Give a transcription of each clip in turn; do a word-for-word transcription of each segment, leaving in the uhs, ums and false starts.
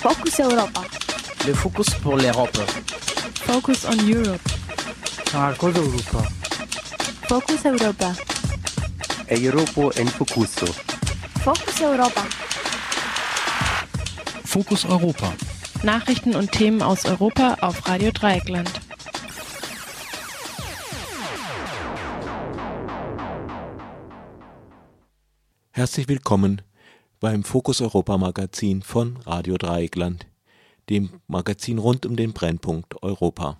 Focus Europa. Le Focus pour l'Europe. Focus on Europe. Marcos Europa. Focus Europa. Europa en Focuso. Focus Europa. Focus Europa. Nachrichten und Themen aus Europa auf Radio Dreieckland. Herzlich willkommen beim Focus Europa Magazin von Radio Dreieckland, dem Magazin rund um den Brennpunkt Europa.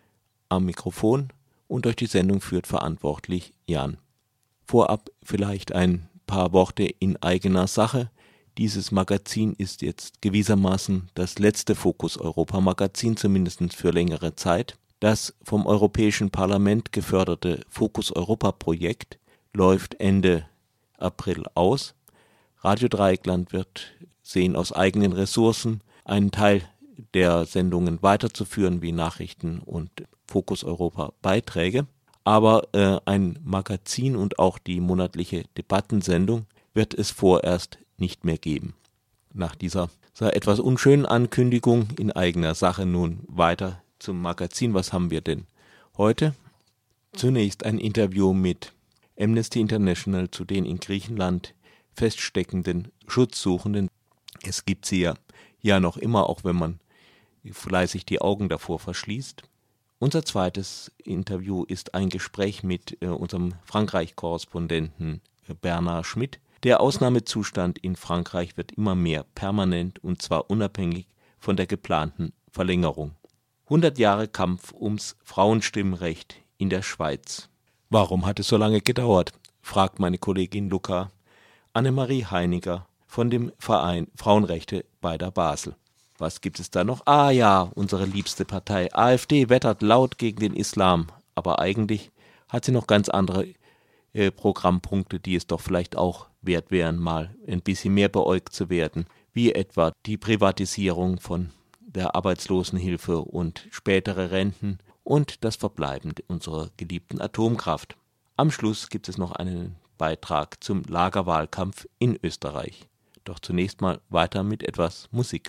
Am Mikrofon und durch die Sendung führt verantwortlich Jan. Vorab vielleicht ein paar Worte in eigener Sache. Dieses Magazin ist jetzt gewissermaßen das letzte Focus Europa Magazin, zumindest für längere Zeit. Das vom Europäischen Parlament geförderte Focus Europa Projekt läuft Ende April aus. Radio Dreieckland wird sehen, aus eigenen Ressourcen einen Teil der Sendungen weiterzuführen, wie Nachrichten und Focus Europa Beiträge. Aber äh, ein Magazin und auch die monatliche Debattensendung wird es vorerst nicht mehr geben. Nach dieser sehr etwas unschönen Ankündigung in eigener Sache nun weiter zum Magazin. Was haben wir denn heute? Zunächst ein Interview mit Amnesty International zu den in Griechenland feststeckenden Schutzsuchenden. Es gibt sie ja, ja noch immer, auch wenn man fleißig die Augen davor verschließt. Unser zweites Interview ist ein Gespräch mit äh, unserem Frankreich-Korrespondenten äh, Bernhard Schmidt. Der Ausnahmezustand in Frankreich wird immer mehr permanent und zwar unabhängig von der geplanten Verlängerung. hundert Jahre Kampf ums Frauenstimmrecht in der Schweiz. Warum hat es so lange gedauert, fragt meine Kollegin Luca Annemarie Heiniger von dem Verein Frauenrechte bei der Basel. Was gibt es da noch? Ah ja, unsere liebste Partei AfD wettert laut gegen den Islam, aber eigentlich hat sie noch ganz andere äh, Programmpunkte, die es doch vielleicht auch wert wären, mal ein bisschen mehr beäugt zu werden, wie etwa die Privatisierung von der Arbeitslosenhilfe und spätere Renten und das Verbleiben unserer geliebten Atomkraft. Am Schluss gibt es noch einen Beitrag zum Lagerwahlkampf in Österreich. Doch zunächst mal weiter mit etwas Musik.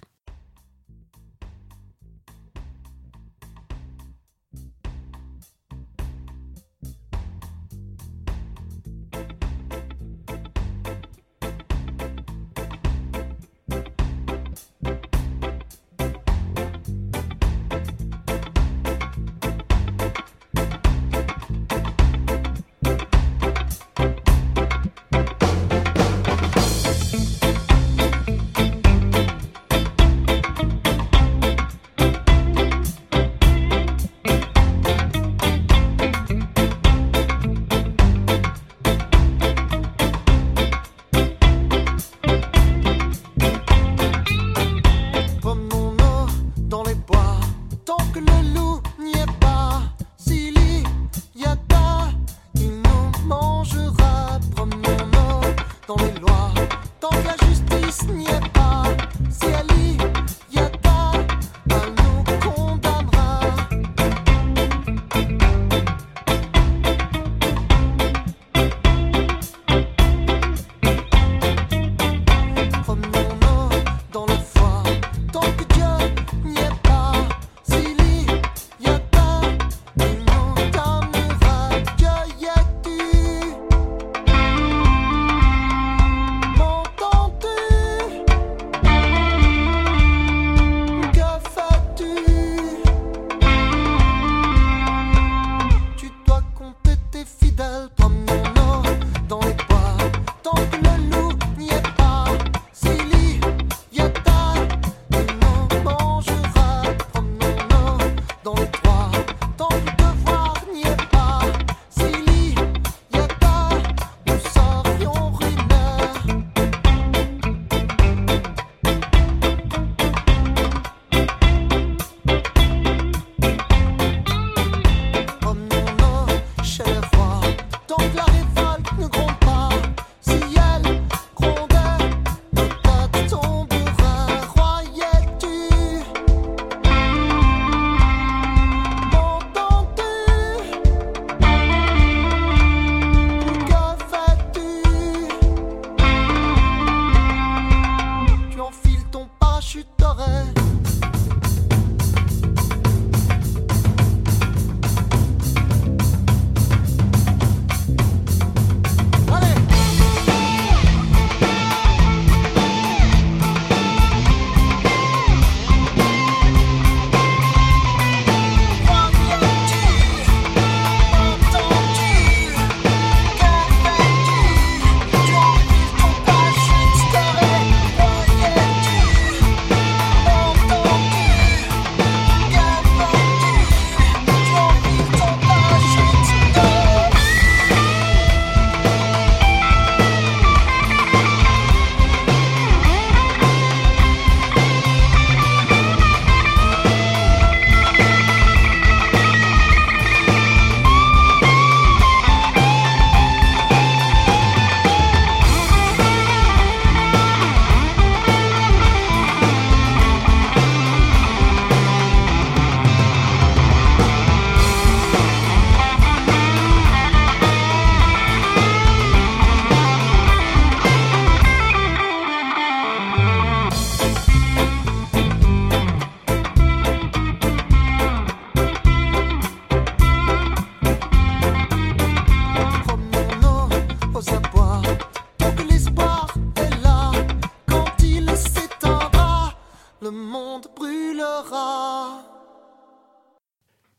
M'entends-tu?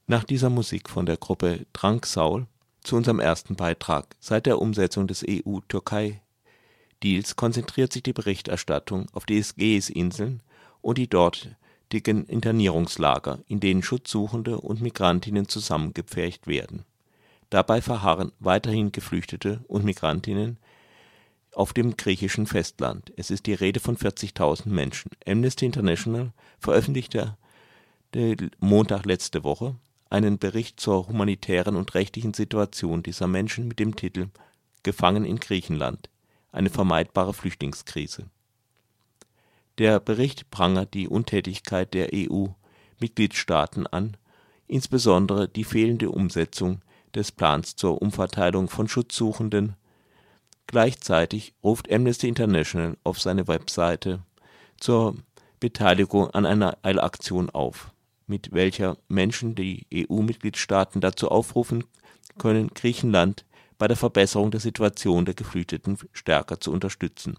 Nach dieser Musik von der Gruppe Drunk Soul zu unserem ersten Beitrag. Seit der Umsetzung des E U-Türkei-Deals konzentriert sich die Berichterstattung auf die Ägäisinseln und die dortigen Internierungslager, in denen Schutzsuchende und Migrantinnen zusammengepfercht werden. Dabei verharren weiterhin Geflüchtete und Migrantinnen auf dem griechischen Festland. Es ist die Rede von vierzigtausend Menschen. Amnesty International veröffentlichte Montag letzte Woche einen Bericht zur humanitären und rechtlichen Situation dieser Menschen mit dem Titel »Gefangen in Griechenland – eine vermeidbare Flüchtlingskrise«. Der Bericht prangert die Untätigkeit der E U-Mitgliedstaaten an, insbesondere die fehlende Umsetzung des Plans zur Umverteilung von Schutzsuchenden. Gleichzeitig ruft Amnesty International auf seiner Webseite zur Beteiligung an einer Eilaktion auf, mit welcher Menschen die E U-Mitgliedstaaten dazu aufrufen können, Griechenland bei der Verbesserung der Situation der Geflüchteten stärker zu unterstützen.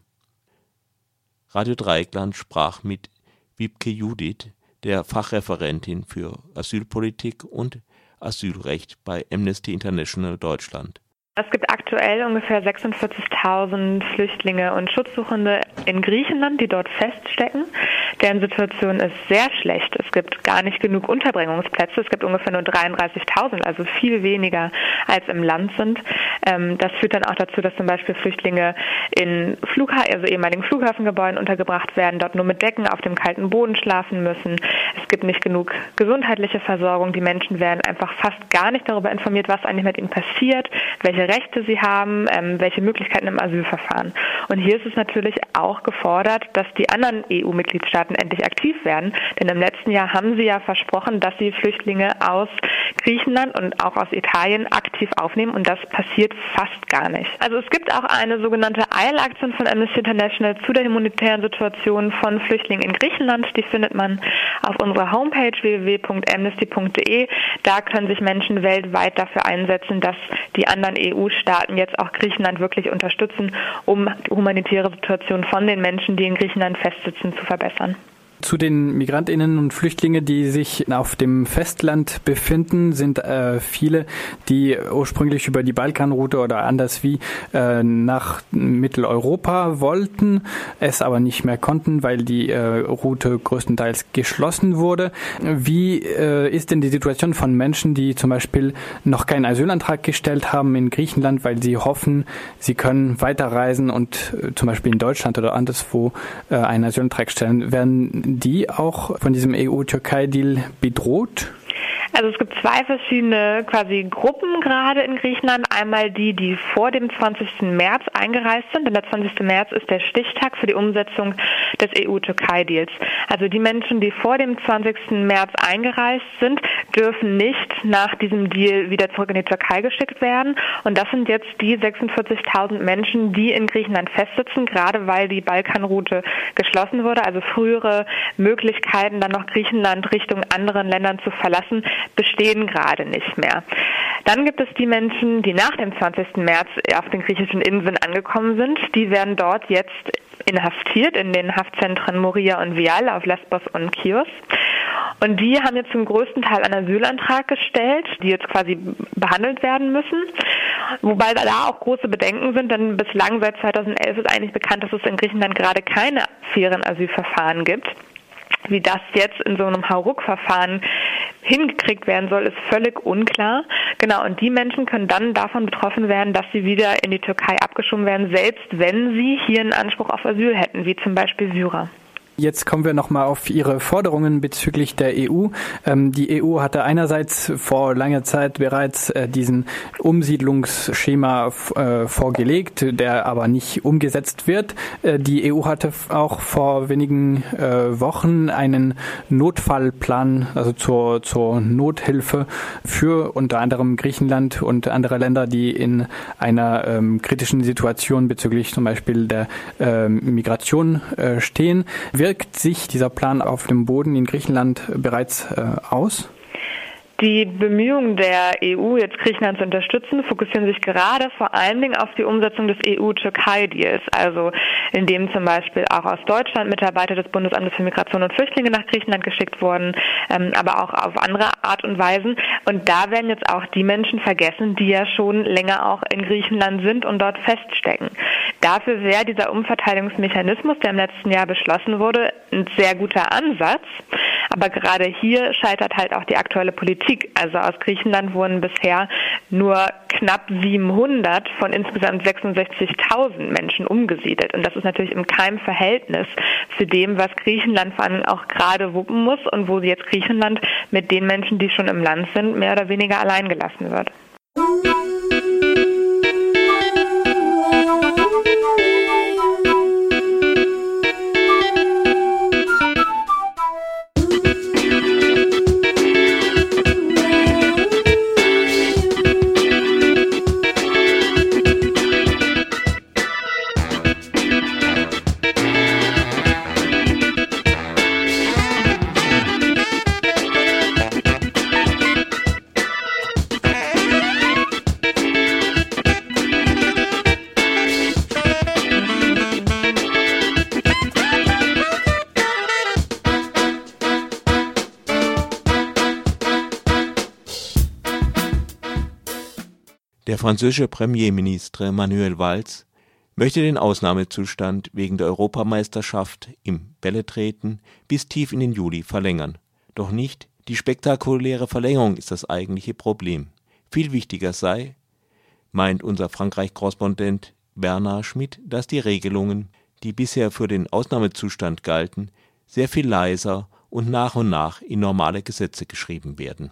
Radio Dreieckland sprach mit Wiebke Judith, der Fachreferentin für Asylpolitik und Asylrecht bei Amnesty International Deutschland. Es gibt aktuell ungefähr sechsundvierzigtausend Flüchtlinge und Schutzsuchende in Griechenland, die dort feststecken. Deren Situation ist sehr schlecht. Es gibt gar nicht genug Unterbringungsplätze. Es gibt ungefähr nur dreiunddreißigtausend, also viel weniger als im Land sind. Das führt dann auch dazu, dass zum Beispiel Flüchtlinge in Flugha- also ehemaligen Flughafengebäuden untergebracht werden, dort nur mit Decken auf dem kalten Boden schlafen müssen. Es gibt nicht genug gesundheitliche Versorgung. Die Menschen werden einfach fast gar nicht darüber informiert, was eigentlich mit ihnen passiert, welche Rechte sie haben, ähm, welche Möglichkeiten im Asylverfahren. Und hier ist es natürlich auch gefordert, dass die anderen E U-Mitgliedstaaten endlich aktiv werden. Denn im letzten Jahr haben sie ja versprochen, dass sie Flüchtlinge aus Griechenland und auch aus Italien aktiv aufnehmen. Und das passiert fast gar nicht. Also es gibt auch eine sogenannte Eilaktion von Amnesty International zu der humanitären Situation von Flüchtlingen in Griechenland. Die findet man auf unserer Homepage w w w punkt amnesty punkt d e. Da können sich Menschen weltweit dafür einsetzen, dass die anderen E U-Staaten jetzt auch Griechenland wirklich unterstützen, um die humanitäre Situation von den Menschen, die in Griechenland festsitzen, zu verbessern. Zu den MigrantInnen und Flüchtlingen, die sich auf dem Festland befinden, sind äh, viele, die ursprünglich über die Balkanroute oder anders wie äh, nach Mitteleuropa wollten, es aber nicht mehr konnten, weil die äh, Route größtenteils geschlossen wurde. Wie äh, ist denn die Situation von Menschen, die zum Beispiel noch keinen Asylantrag gestellt haben in Griechenland, weil sie hoffen, sie können weiterreisen und äh, zum Beispiel in Deutschland oder anderswo äh, einen Asylantrag stellen? Werden die auch von diesem E U-Türkei-Deal bedroht? Also es gibt zwei verschiedene quasi Gruppen gerade in Griechenland. Einmal die, die vor dem zwanzigsten März eingereist sind, denn der zwanzigste März ist der Stichtag für die Umsetzung des E U-Türkei-Deals. Also die Menschen, die vor dem zwanzigsten März eingereist sind, dürfen nicht nach diesem Deal wieder zurück in die Türkei geschickt werden. Und das sind jetzt die sechsundvierzigtausend Menschen, die in Griechenland festsitzen, gerade weil die Balkanroute geschlossen wurde. Also frühere Möglichkeiten, dann noch Griechenland Richtung anderen Ländern zu verlassen, bestehen gerade nicht mehr. Dann gibt es die Menschen, die nach dem zwanzigsten März auf den griechischen Inseln angekommen sind. Die werden dort jetzt inhaftiert in den Haftzentren Moria und Vial auf Lesbos und Chios. Und die haben jetzt zum größten Teil einen Asylantrag gestellt, die jetzt quasi behandelt werden müssen. Wobei da auch große Bedenken sind, denn bislang seit zweitausendelf ist eigentlich bekannt, dass es in Griechenland gerade keine fairen Asylverfahren gibt. Wie das jetzt in so einem Hauruck-Verfahren hingekriegt werden soll, ist völlig unklar. Genau, und die Menschen können dann davon betroffen werden, dass sie wieder in die Türkei abgeschoben werden, selbst wenn sie hier einen Anspruch auf Asyl hätten, wie zum Beispiel Syrer. Jetzt kommen wir nochmal auf Ihre Forderungen bezüglich der E U. Ähm, die E U hatte einerseits vor langer Zeit bereits äh, diesen Umsiedlungsschema äh, vorgelegt, der aber nicht umgesetzt wird. Äh, die E U hatte auch vor wenigen äh, Wochen einen Notfallplan, also zur, zur Nothilfe für unter anderem Griechenland und andere Länder, die in einer ähm, kritischen Situation bezüglich zum Beispiel der äh, Migration äh, stehen. Wirkt sich dieser Plan auf dem Boden in Griechenland bereits äh, aus? Die Bemühungen der E U, jetzt Griechenland zu unterstützen, fokussieren sich gerade vor allen Dingen auf die Umsetzung des E U-Türkei-Deals, also indem zum Beispiel auch aus Deutschland Mitarbeiter des Bundesamtes für Migration und Flüchtlinge nach Griechenland geschickt wurden, ähm, aber auch auf andere Art und Weisen. Und da werden jetzt auch die Menschen vergessen, die ja schon länger auch in Griechenland sind und dort feststecken. Dafür wäre dieser Umverteilungsmechanismus, der im letzten Jahr beschlossen wurde, ein sehr guter Ansatz. Aber gerade hier scheitert halt auch die aktuelle Politik. Also aus Griechenland wurden bisher nur knapp siebenhundert von insgesamt sechsundsechzigtausend Menschen umgesiedelt. Und das ist natürlich in keinem Verhältnis zu dem, was Griechenland vor allem auch gerade wuppen muss und wo jetzt Griechenland mit den Menschen, die schon im Land sind, mehr oder weniger allein gelassen wird. Der französische Premierminister Manuel Valls möchte den Ausnahmezustand wegen der Europameisterschaft im Bälletreten bis tief in den Juli verlängern. Doch nicht die spektakuläre Verlängerung ist das eigentliche Problem. Viel wichtiger sei, meint unser Frankreich-Korrespondent Bernhard Schmidt, dass die Regelungen, die bisher für den Ausnahmezustand galten, sehr viel leiser und nach und nach in normale Gesetze geschrieben werden.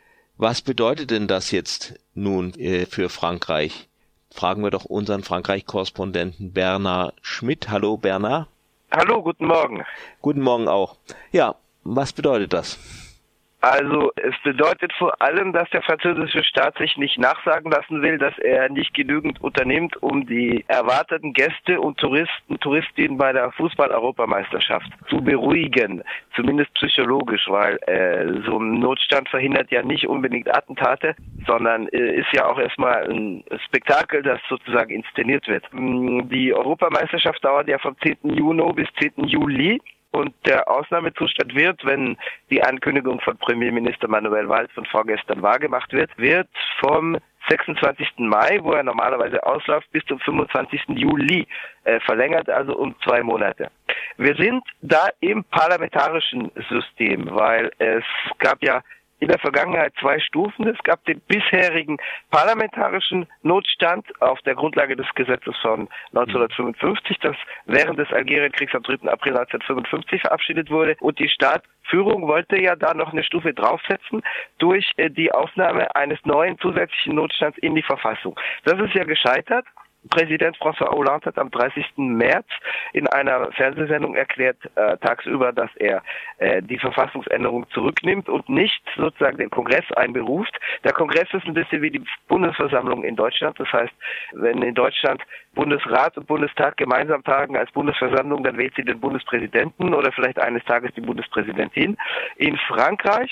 Was bedeutet denn das jetzt nun äh, für Frankreich? Fragen wir doch unseren Frankreich-Korrespondenten Bernhard Schmidt. Hallo Bernhard. Hallo, guten Morgen. Guten Morgen auch. Ja, was bedeutet das? Also es bedeutet vor allem, dass der französische Staat sich nicht nachsagen lassen will, dass er nicht genügend unternimmt, um die erwarteten Gäste und Touristen, Touristinnen bei der Fußball-Europameisterschaft zu beruhigen, zumindest psychologisch, weil äh, so ein Notstand verhindert ja nicht unbedingt Attentate, sondern äh, ist ja auch erstmal ein Spektakel, das sozusagen inszeniert wird. Die Europameisterschaft dauert ja vom zehnten Juni bis zehnten Juli. Und der Ausnahmezustand wird, wenn die Ankündigung von Premierminister Manuel Valls von vorgestern wahrgemacht wird, wird vom sechsundzwanzigsten Mai, wo er normalerweise ausläuft, bis zum fünfundzwanzigsten Juli äh, verlängert, also um zwei Monate. Wir sind da im parlamentarischen System, weil es gab ja in der Vergangenheit zwei Stufen. Es gab den bisherigen parlamentarischen Notstand auf der Grundlage des Gesetzes von neunzehnhundertfünfundfünfzig, das während des Algerienkriegs am dritten April neunzehnhundertfünfundfünfzig verabschiedet wurde. Und die Staatsführung wollte ja da noch eine Stufe draufsetzen durch die Aufnahme eines neuen zusätzlichen Notstands in die Verfassung. Das ist ja gescheitert. Präsident François Hollande hat am dreißigsten März in einer Fernsehsendung erklärt, äh, tagsüber, dass er äh, die Verfassungsänderung zurücknimmt und nicht sozusagen den Kongress einberuft. Der Kongress ist ein bisschen wie die Bundesversammlung in Deutschland. Das heißt, wenn in Deutschland Bundesrat und Bundestag gemeinsam tagen als Bundesversammlung, dann wählt sie den Bundespräsidenten oder vielleicht eines Tages die Bundespräsidentin. In Frankreich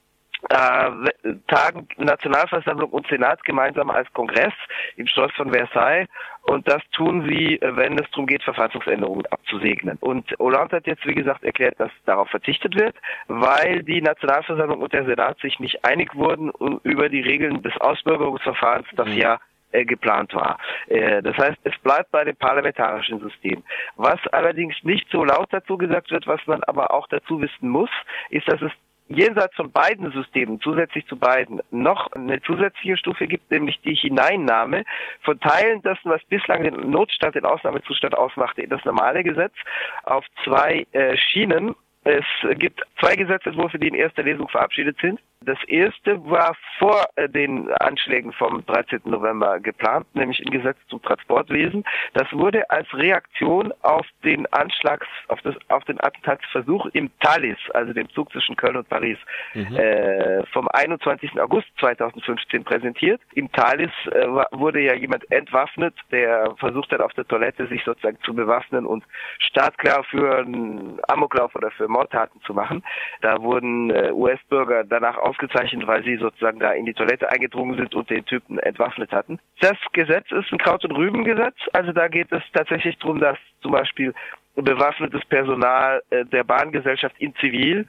Äh, tagen Nationalversammlung und Senat gemeinsam als Kongress im Schloss von Versailles, und das tun sie, wenn es darum geht, Verfassungsänderungen abzusegnen. Und Hollande hat jetzt, wie gesagt, erklärt, dass darauf verzichtet wird, weil die Nationalversammlung und der Senat sich nicht einig wurden über die Regeln des Ausbürgerungsverfahrens, das ja äh, geplant war. Äh, das heißt, es bleibt bei dem parlamentarischen System. Was allerdings nicht so laut dazu gesagt wird, was man aber auch dazu wissen muss, ist, dass es jenseits von beiden Systemen, zusätzlich zu beiden, noch eine zusätzliche Stufe gibt, nämlich die Hineinnahme von Teilen dessen, was bislang den Notstand, den Ausnahmezustand ausmachte, in das normale Gesetz auf zwei äh, Schienen. Es gibt zwei Gesetzentwürfe, die in erster Lesung verabschiedet sind. Das erste war vor den Anschlägen vom dreizehnten November geplant, nämlich ein Gesetz zum Transportwesen. Das wurde als Reaktion auf den Anschlags, auf das, auf den Attentatsversuch im Thalys, also dem Zug zwischen Köln und Paris, mhm. äh, vom einundzwanzigsten August zweitausendfünfzehn präsentiert. Im Thalys äh, wurde ja jemand entwaffnet, der versucht hat, auf der Toilette sich sozusagen zu bewaffnen und startklar für einen Amoklauf oder für Mordtaten zu machen. Da wurden äh, U S-Bürger danach ausgezeichnet, weil sie sozusagen da in die Toilette eingedrungen sind und den Typen entwaffnet hatten. Das Gesetz ist ein Kraut- und Rübengesetz. Also da geht es tatsächlich darum, dass zum Beispiel bewaffnetes Personal äh, der Bahngesellschaft in Zivil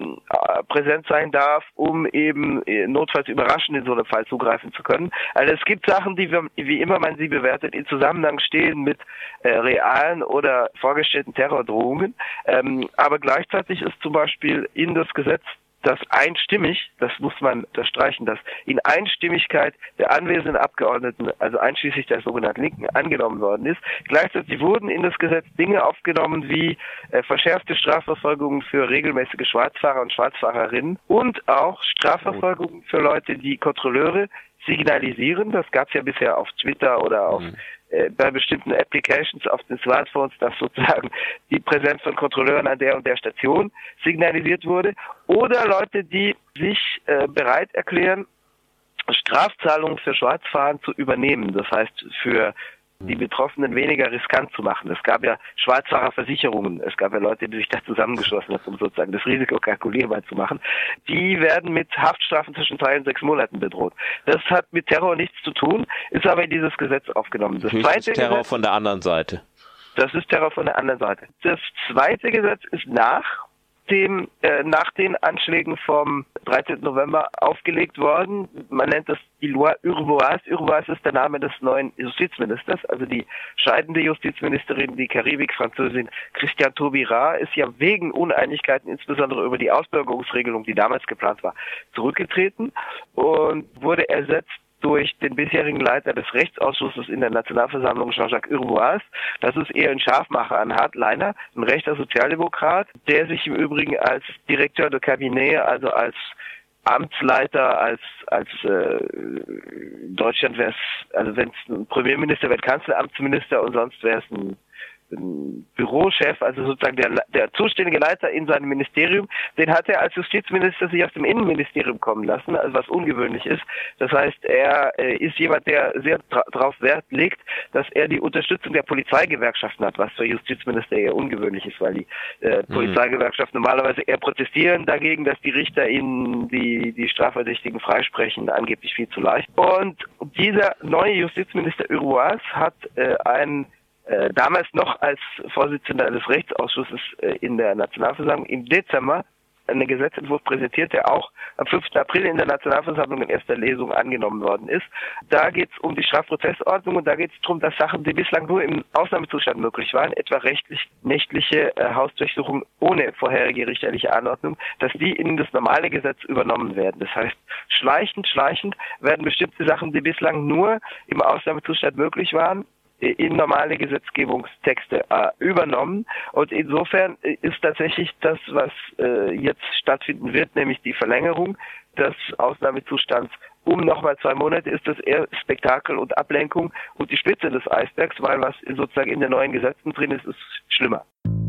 äh, präsent sein darf, um eben äh, notfalls überraschend in so einem Fall zugreifen zu können. Also es gibt Sachen, die, wir, wie immer man sie bewertet, in Zusammenhang stehen mit äh, realen oder vorgestellten Terrordrohungen. Ähm, aber gleichzeitig ist zum Beispiel in das Gesetz dass einstimmig, das muss man unterstreichen, dass in Einstimmigkeit der anwesenden Abgeordneten, also einschließlich der sogenannten Linken, angenommen worden ist. Gleichzeitig wurden in das Gesetz Dinge aufgenommen wie äh, verschärfte Strafverfolgungen für regelmäßige Schwarzfahrer und Schwarzfahrerinnen und auch Strafverfolgungen für Leute, die Kontrolleure signalisieren. Das gab es ja bisher auf Twitter oder auf mhm. äh, bei bestimmten Applications auf den Smartphones, dass sozusagen die Präsenz von Kontrolleuren an der und der Station signalisiert wurde. Oder Leute, die sich äh, bereit erklären, Strafzahlungen für Schwarzfahren zu übernehmen. Das heißt, für die Betroffenen weniger riskant zu machen. Es gab ja Schwarzfahrerversicherungen. Es gab ja Leute, die sich da zusammengeschlossen haben, um sozusagen das Risiko kalkulierbar zu machen. Die werden mit Haftstrafen zwischen drei und sechs Monaten bedroht. Das hat mit Terror nichts zu tun, ist aber in dieses Gesetz aufgenommen. Das Höchstens zweite Terror Gesetz, von der anderen Seite. Das ist Terror von der anderen Seite. Das zweite Gesetz ist nach dem, äh, nach den Anschlägen vom dreizehnten November aufgelegt worden. Man nennt das die Loi Urvoas. Urvoas ist der Name des neuen Justizministers. Also die scheidende Justizministerin, die Karibik-Französin Christiane Taubira, ist ja wegen Uneinigkeiten, insbesondere über die Ausbürgerungsregelung, die damals geplant war, zurückgetreten und wurde ersetzt durch den bisherigen Leiter des Rechtsausschusses in der Nationalversammlung, Jean-Jacques Urvoas. Das ist eher ein Scharfmacher, ein Hardliner, ein rechter Sozialdemokrat, der sich im Übrigen als Direkteur de Cabinet, also als Amtsleiter, als als äh, Deutschland wäre es, also wenn es ein Premierminister wäre, Kanzleramtsminister und sonst wäre es ein ein Bürochef, also sozusagen der, der zuständige Leiter in seinem Ministerium, den hat er als Justizminister sich aus dem Innenministerium kommen lassen, also was ungewöhnlich ist. Das heißt, er äh, ist jemand, der sehr dra- darauf Wert legt, dass er die Unterstützung der Polizeigewerkschaften hat, was für Justizminister eher ungewöhnlich ist, weil die äh, mhm. Polizeigewerkschaften normalerweise eher protestieren dagegen, dass die Richter ihnen die, die Strafverdächtigen freisprechen, angeblich viel zu leicht. Und dieser neue Justizminister Urvoas hat äh, einen Äh, damals noch als Vorsitzender des Rechtsausschusses äh, in der Nationalversammlung im Dezember einen Gesetzentwurf präsentiert, der auch am fünften April in der Nationalversammlung in erster Lesung angenommen worden ist. Da geht es um die Strafprozessordnung und da geht es darum, dass Sachen, die bislang nur im Ausnahmezustand möglich waren, etwa rechtlich nächtliche äh, Hausdurchsuchungen ohne vorherige richterliche Anordnung, dass die in das normale Gesetz übernommen werden. Das heißt, schleichend, schleichend werden bestimmte Sachen, die bislang nur im Ausnahmezustand möglich waren, in normale Gesetzgebungstexte äh, übernommen. Und insofern ist tatsächlich das, was äh, jetzt stattfinden wird, nämlich die Verlängerung des Ausnahmezustands um nochmal zwei Monate, ist das eher Spektakel und Ablenkung und die Spitze des Eisbergs, weil was sozusagen in den neuen Gesetzen drin ist, ist schlimmer.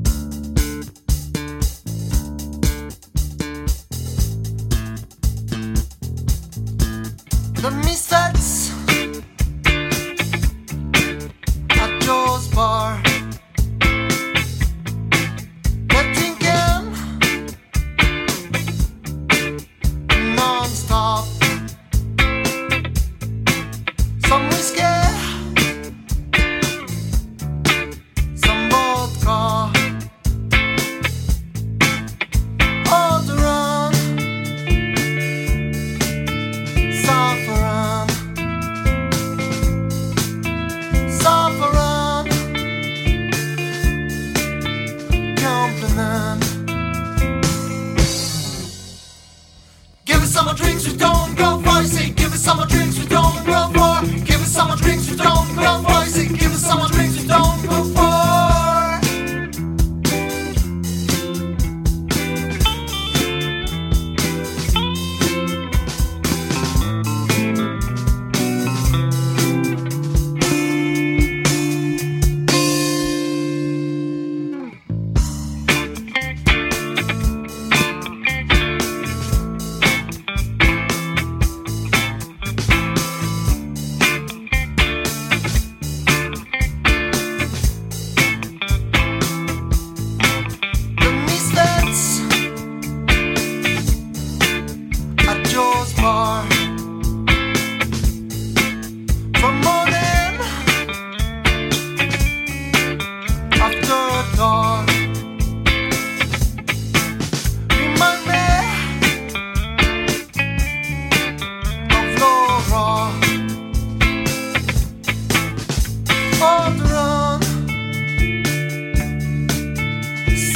The Misfits bar. They're drinking non-stop. Some whiskey, some vodka. On the run, saffron.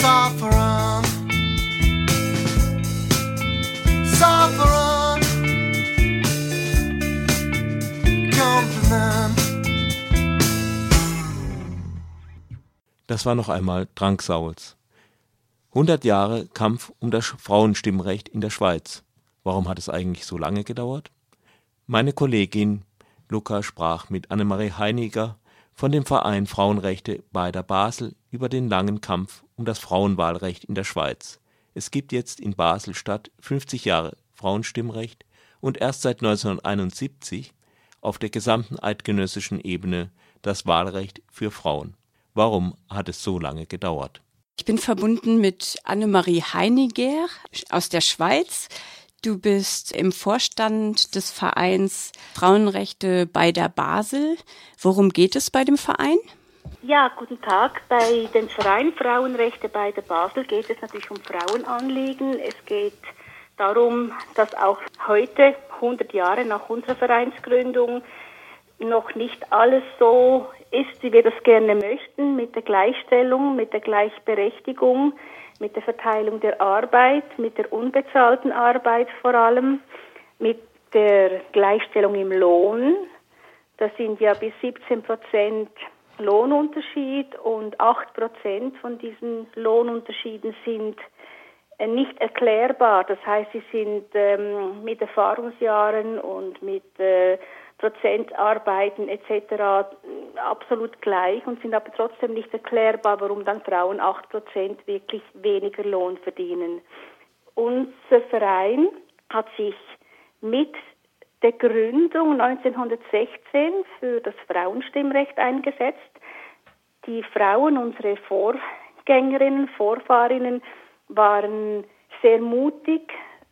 Saffron, saffron, compliment. Das war noch einmal Drangsauls. hundert Jahre Kampf um das Frauenstimmrecht in der Schweiz. Warum hat es eigentlich so lange gedauert? Meine Kollegin Luca sprach mit Annemarie Heiniger von dem Verein Frauenrechte beider Basel über den langen Kampf um das Frauenwahlrecht in der Schweiz. Es gibt jetzt in Basel-Stadt fünfzig Jahre Frauenstimmrecht und erst seit neunzehnhunderteinundsiebzig auf der gesamten eidgenössischen Ebene das Wahlrecht für Frauen. Warum hat es so lange gedauert? Ich bin verbunden mit Annemarie Heiniger aus der Schweiz. Du bist im Vorstand des Vereins Frauenrechte beider Basel. Worum geht es bei dem Verein? Ja, guten Tag. Bei dem Verein Frauenrechte beider Basel geht es natürlich um Frauenanliegen. Es geht darum, dass auch heute, hundert Jahre nach unserer Vereinsgründung, noch nicht alles so ist, wie wir das gerne möchten, mit der Gleichstellung, mit der Gleichberechtigung, mit der Verteilung der Arbeit, mit der unbezahlten Arbeit vor allem, mit der Gleichstellung im Lohn. Das sind ja bis siebzehn Prozent Lohnunterschied und acht Prozent von diesen Lohnunterschieden sind nicht erklärbar. Das heißt, sie sind ähm, mit Erfahrungsjahren und mit äh, Prozentarbeiten et cetera absolut gleich und sind aber trotzdem nicht erklärbar, warum dann Frauen acht Prozent wirklich weniger Lohn verdienen. Unser Verein hat sich mit der Gründung neunzehnhundertsechzehn für das Frauenstimmrecht eingesetzt. Die Frauen, unsere Vorgängerinnen, Vorfahrinnen, waren sehr mutig,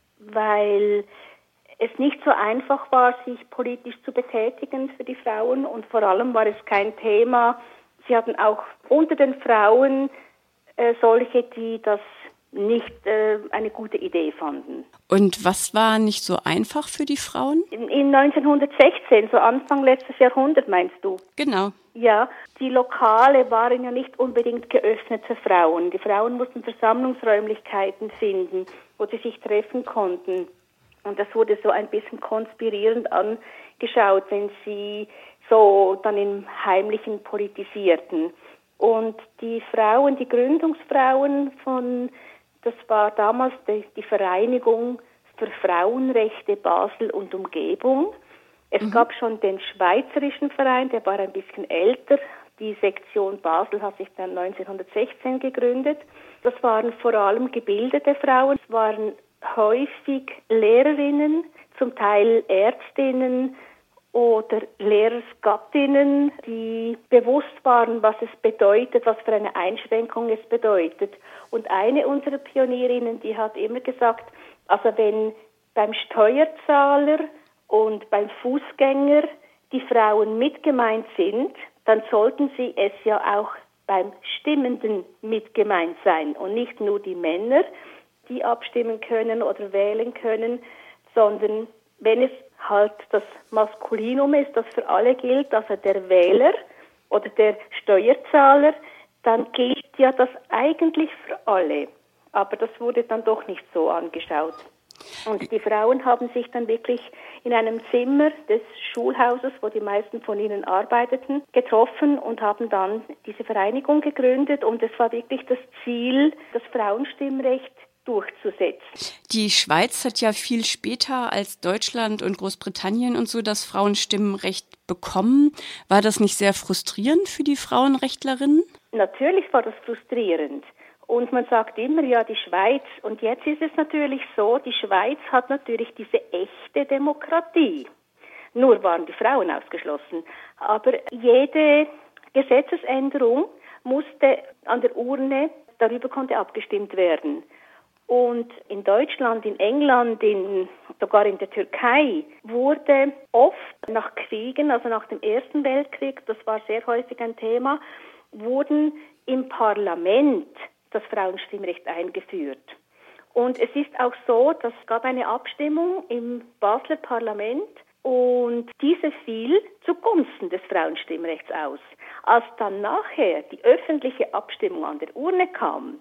weil es nicht so einfach war, sich politisch zu betätigen für die Frauen und vor allem war es kein Thema. Sie hatten auch unter den Frauen äh, solche, die das nicht äh, eine gute Idee fanden. Und was war nicht so einfach für die Frauen? In, in neunzehnhundertsechzehn, so Anfang letztes Jahrhundert meinst du? Genau. Ja, die Lokale waren ja nicht unbedingt geöffnet für Frauen. Die Frauen mussten Versammlungsräumlichkeiten finden, wo sie sich treffen konnten. Und das wurde so ein bisschen konspirierend angeschaut, wenn sie so dann im Heimlichen politisierten. Und die Frauen, die Gründungsfrauen von, das war damals die, die Vereinigung für Frauenrechte Basel und Umgebung. Es mhm. gab schon den Schweizerischen Verein, der war ein bisschen älter. Die Sektion Basel hat sich dann neunzehnhundertsechzehn gegründet. Das waren vor allem gebildete Frauen, es waren häufig Lehrerinnen, zum Teil Ärztinnen oder Lehrersgattinnen, die bewusst waren, was es bedeutet, was für eine Einschränkung es bedeutet. Und eine unserer Pionierinnen, die hat immer gesagt, also wenn beim Steuerzahler und beim Fußgänger die Frauen mitgemeint sind, dann sollten sie es ja auch beim Stimmenden mitgemeint sein und nicht nur die Männer, die abstimmen können oder wählen können, sondern wenn es halt das Maskulinum ist, das für alle gilt, also der Wähler oder der Steuerzahler, dann gilt ja das eigentlich für alle. Aber das wurde dann doch nicht so angeschaut. Und die Frauen haben sich dann wirklich in einem Zimmer des Schulhauses, wo die meisten von ihnen arbeiteten, getroffen und haben dann diese Vereinigung gegründet. Und es war wirklich das Ziel, das Frauenstimmrecht durchzusetzen. Die Schweiz hat ja viel später als Deutschland und Großbritannien und so das Frauenstimmrecht bekommen. War das nicht sehr frustrierend für die Frauenrechtlerinnen? Natürlich war das frustrierend. Und man sagt immer, ja, die Schweiz. Und jetzt ist es natürlich so, die Schweiz hat natürlich diese echte Demokratie. Nur waren die Frauen ausgeschlossen. Aber jede Gesetzesänderung musste an der Urne, darüber konnte abgestimmt werden. Und in Deutschland, in England, in, sogar in der Türkei wurde oft nach Kriegen, also nach dem Ersten Weltkrieg, das war sehr häufig ein Thema, wurden im Parlament das Frauenstimmrecht eingeführt. Und es ist auch so, dass es gab eine Abstimmung im Basler Parlament und diese fiel zugunsten des Frauenstimmrechts aus. Als dann nachher die öffentliche Abstimmung an der Urne kam,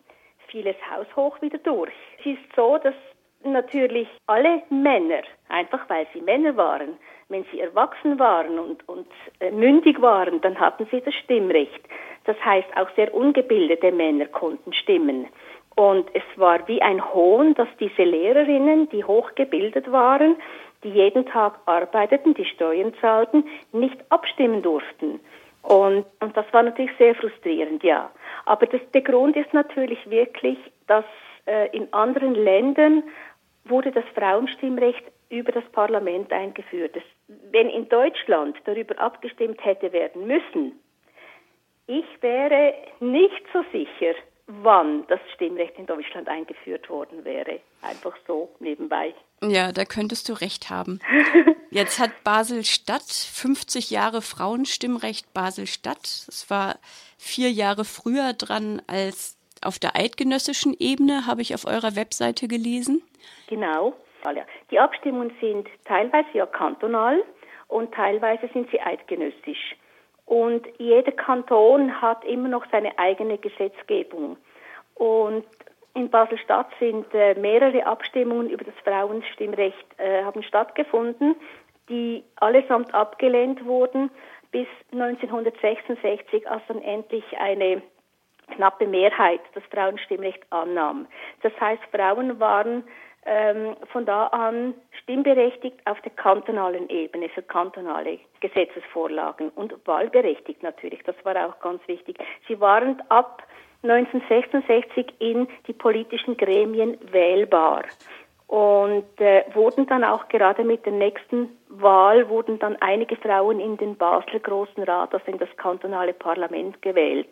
vieles haushoch wieder durch. Es ist so, dass natürlich alle Männer, einfach weil sie Männer waren, wenn sie erwachsen waren und, und äh, mündig waren, dann hatten sie das Stimmrecht. Das heißt, auch sehr ungebildete Männer konnten stimmen. Und es war wie ein Hohn, dass diese Lehrerinnen, die hochgebildet waren, die jeden Tag arbeiteten, die Steuern zahlten, nicht abstimmen durften. Und, und das war natürlich sehr frustrierend, ja. Aber das, der Grund ist natürlich wirklich, dass äh, in anderen Ländern wurde das Frauenstimmrecht über das Parlament eingeführt. Das, wenn in Deutschland darüber abgestimmt hätte werden müssen, ich wäre nicht so sicher, wann das Stimmrecht in Deutschland eingeführt worden wäre. Einfach so nebenbei. Ja, da könntest du recht haben. Jetzt hat Basel-Stadt fünfzig Jahre Frauenstimmrecht Basel-Stadt. Es war vier Jahre früher dran als auf der eidgenössischen Ebene, habe ich auf eurer Webseite gelesen. Genau. Die Abstimmungen sind teilweise ja kantonal und teilweise sind sie eidgenössisch. Und jeder Kanton hat immer noch seine eigene Gesetzgebung. Und in Basel-Stadt sind äh, mehrere Abstimmungen über das Frauenstimmrecht äh, haben stattgefunden, die allesamt abgelehnt wurden, bis neunzehnhundertsechsundsechzig, als dann endlich eine knappe Mehrheit das Frauenstimmrecht annahm. Das heißt, Frauen waren ähm, von da an stimmberechtigt auf der kantonalen Ebene für kantonale Gesetzesvorlagen und wahlberechtigt natürlich, das war auch ganz wichtig. Sie waren ab neunzehnhundertsechsundsechzig in die politischen Gremien wählbar und äh, wurden dann auch gerade mit der nächsten Wahl, wurden dann einige Frauen in den Basler Großen Rat, also in das kantonale Parlament gewählt.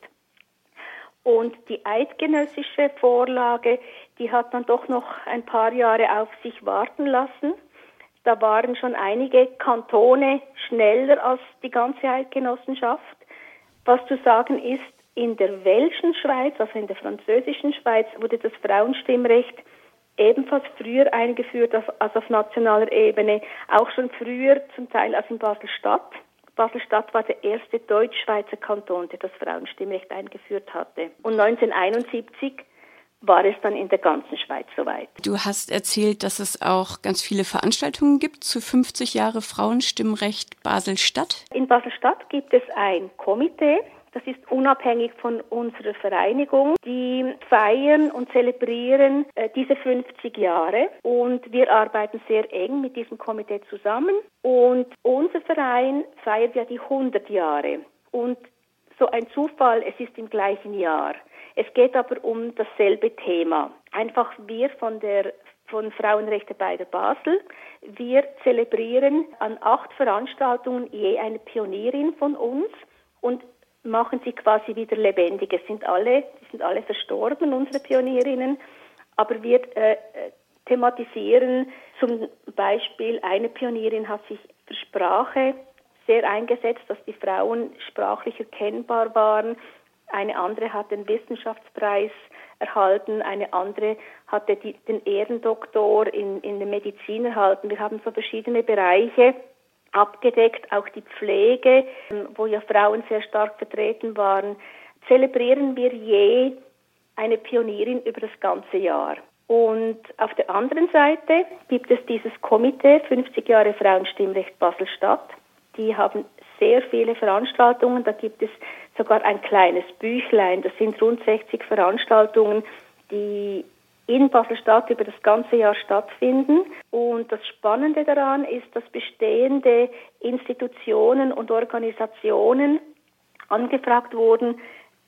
Und die eidgenössische Vorlage, die hat dann doch noch ein paar Jahre auf sich warten lassen. Da waren schon einige Kantone schneller als die ganze Eidgenossenschaft. Was zu sagen ist, in der welschen Schweiz, also in der französischen Schweiz, wurde das Frauenstimmrecht ebenfalls früher eingeführt als auf nationaler Ebene, auch schon früher zum Teil als in Basel-Stadt. Basel-Stadt war der erste Deutsch-Schweizer Kanton, der das Frauenstimmrecht eingeführt hatte. Und neunzehnhunderteinundsiebzig war es dann in der ganzen Schweiz soweit. Du hast erzählt, dass es auch ganz viele Veranstaltungen gibt zu fünfzig Jahre Frauenstimmrecht Basel-Stadt. In Basel-Stadt gibt es ein Komitee, das ist unabhängig von unserer Vereinigung. Die feiern und zelebrieren äh, diese fünfzig Jahre und wir arbeiten sehr eng mit diesem Komitee zusammen. Und unser Verein feiert ja die hundert Jahre. Und so ein Zufall, es ist im gleichen Jahr. Es geht aber um dasselbe Thema. Einfach wir von der von Frauenrechte bei der Basel. Wir zelebrieren an acht Veranstaltungen je eine Pionierin von uns und machen sie quasi wieder lebendig. Es sind alle, die sind alle verstorben, unsere Pionierinnen, aber wir äh, thematisieren zum Beispiel, eine Pionierin hat sich für Sprache sehr eingesetzt, dass die Frauen sprachlich erkennbar waren. Eine andere hat den Wissenschaftspreis erhalten, eine andere hatte die, den Ehrendoktor in, in der Medizin erhalten. Wir haben so verschiedene Bereiche abgedeckt, auch die Pflege, wo ja Frauen sehr stark vertreten waren, zelebrieren wir je eine Pionierin über das ganze Jahr. Und auf der anderen Seite gibt es dieses Komitee fünfzig Jahre Frauenstimmrecht Basel-Stadt. Die haben sehr viele Veranstaltungen, da gibt es sogar ein kleines Büchlein, das sind rund sechzig Veranstaltungen, die in Basel-Stadt über das ganze Jahr stattfinden. Und das Spannende daran ist, dass bestehende Institutionen und Organisationen angefragt wurden,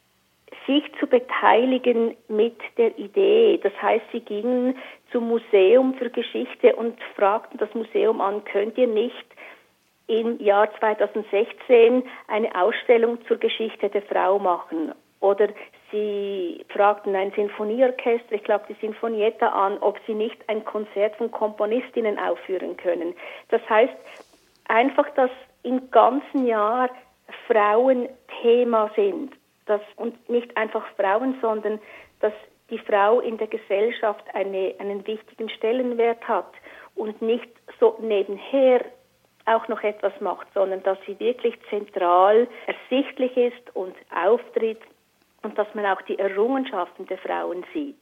sich zu beteiligen mit der Idee. Das heißt, sie gingen zum Museum für Geschichte und fragten das Museum an, könnt ihr nicht im Jahr zweitausendsechzehn eine Ausstellung zur Geschichte der Frau machen? Oder sie fragten ein Sinfonieorchester, ich glaube die Sinfonietta an, ob sie nicht ein Konzert von Komponistinnen aufführen können. Das heißt, einfach, dass im ganzen Jahr Frauen Thema sind. Das, und nicht einfach Frauen, sondern dass die Frau in der Gesellschaft eine, einen wichtigen Stellenwert hat und nicht so nebenher auch noch etwas macht, sondern dass sie wirklich zentral ersichtlich ist und auftritt und dass man auch die Errungenschaften der Frauen sieht.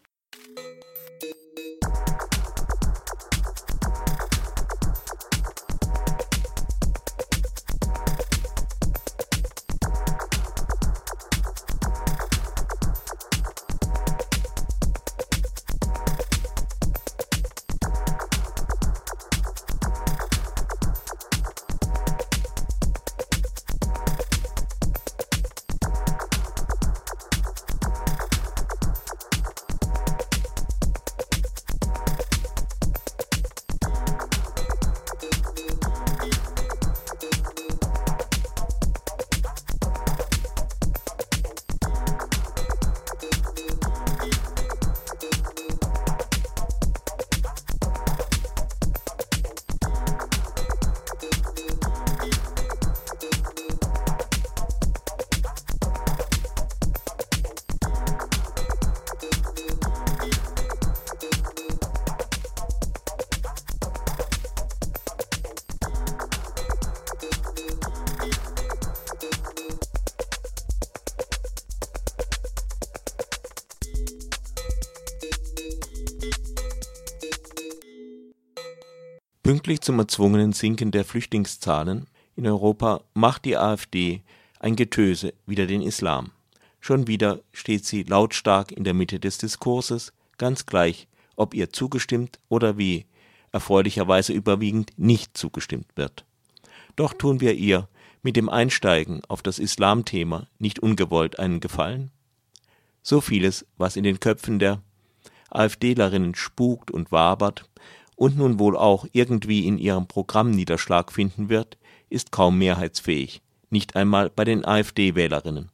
Pünktlich zum erzwungenen Sinken der Flüchtlingszahlen in Europa macht die AfD ein Getöse wider den Islam. Schon wieder steht sie lautstark in der Mitte des Diskurses, ganz gleich, ob ihr zugestimmt oder wie erfreulicherweise überwiegend nicht zugestimmt wird. Doch tun wir ihr mit dem Einsteigen auf das Islamthema nicht ungewollt einen Gefallen? So vieles, was in den Köpfen der AfDlerinnen spukt und wabert und nun wohl auch irgendwie in ihrem Programm Niederschlag finden wird, ist kaum mehrheitsfähig, nicht einmal bei den AfD-Wählerinnen.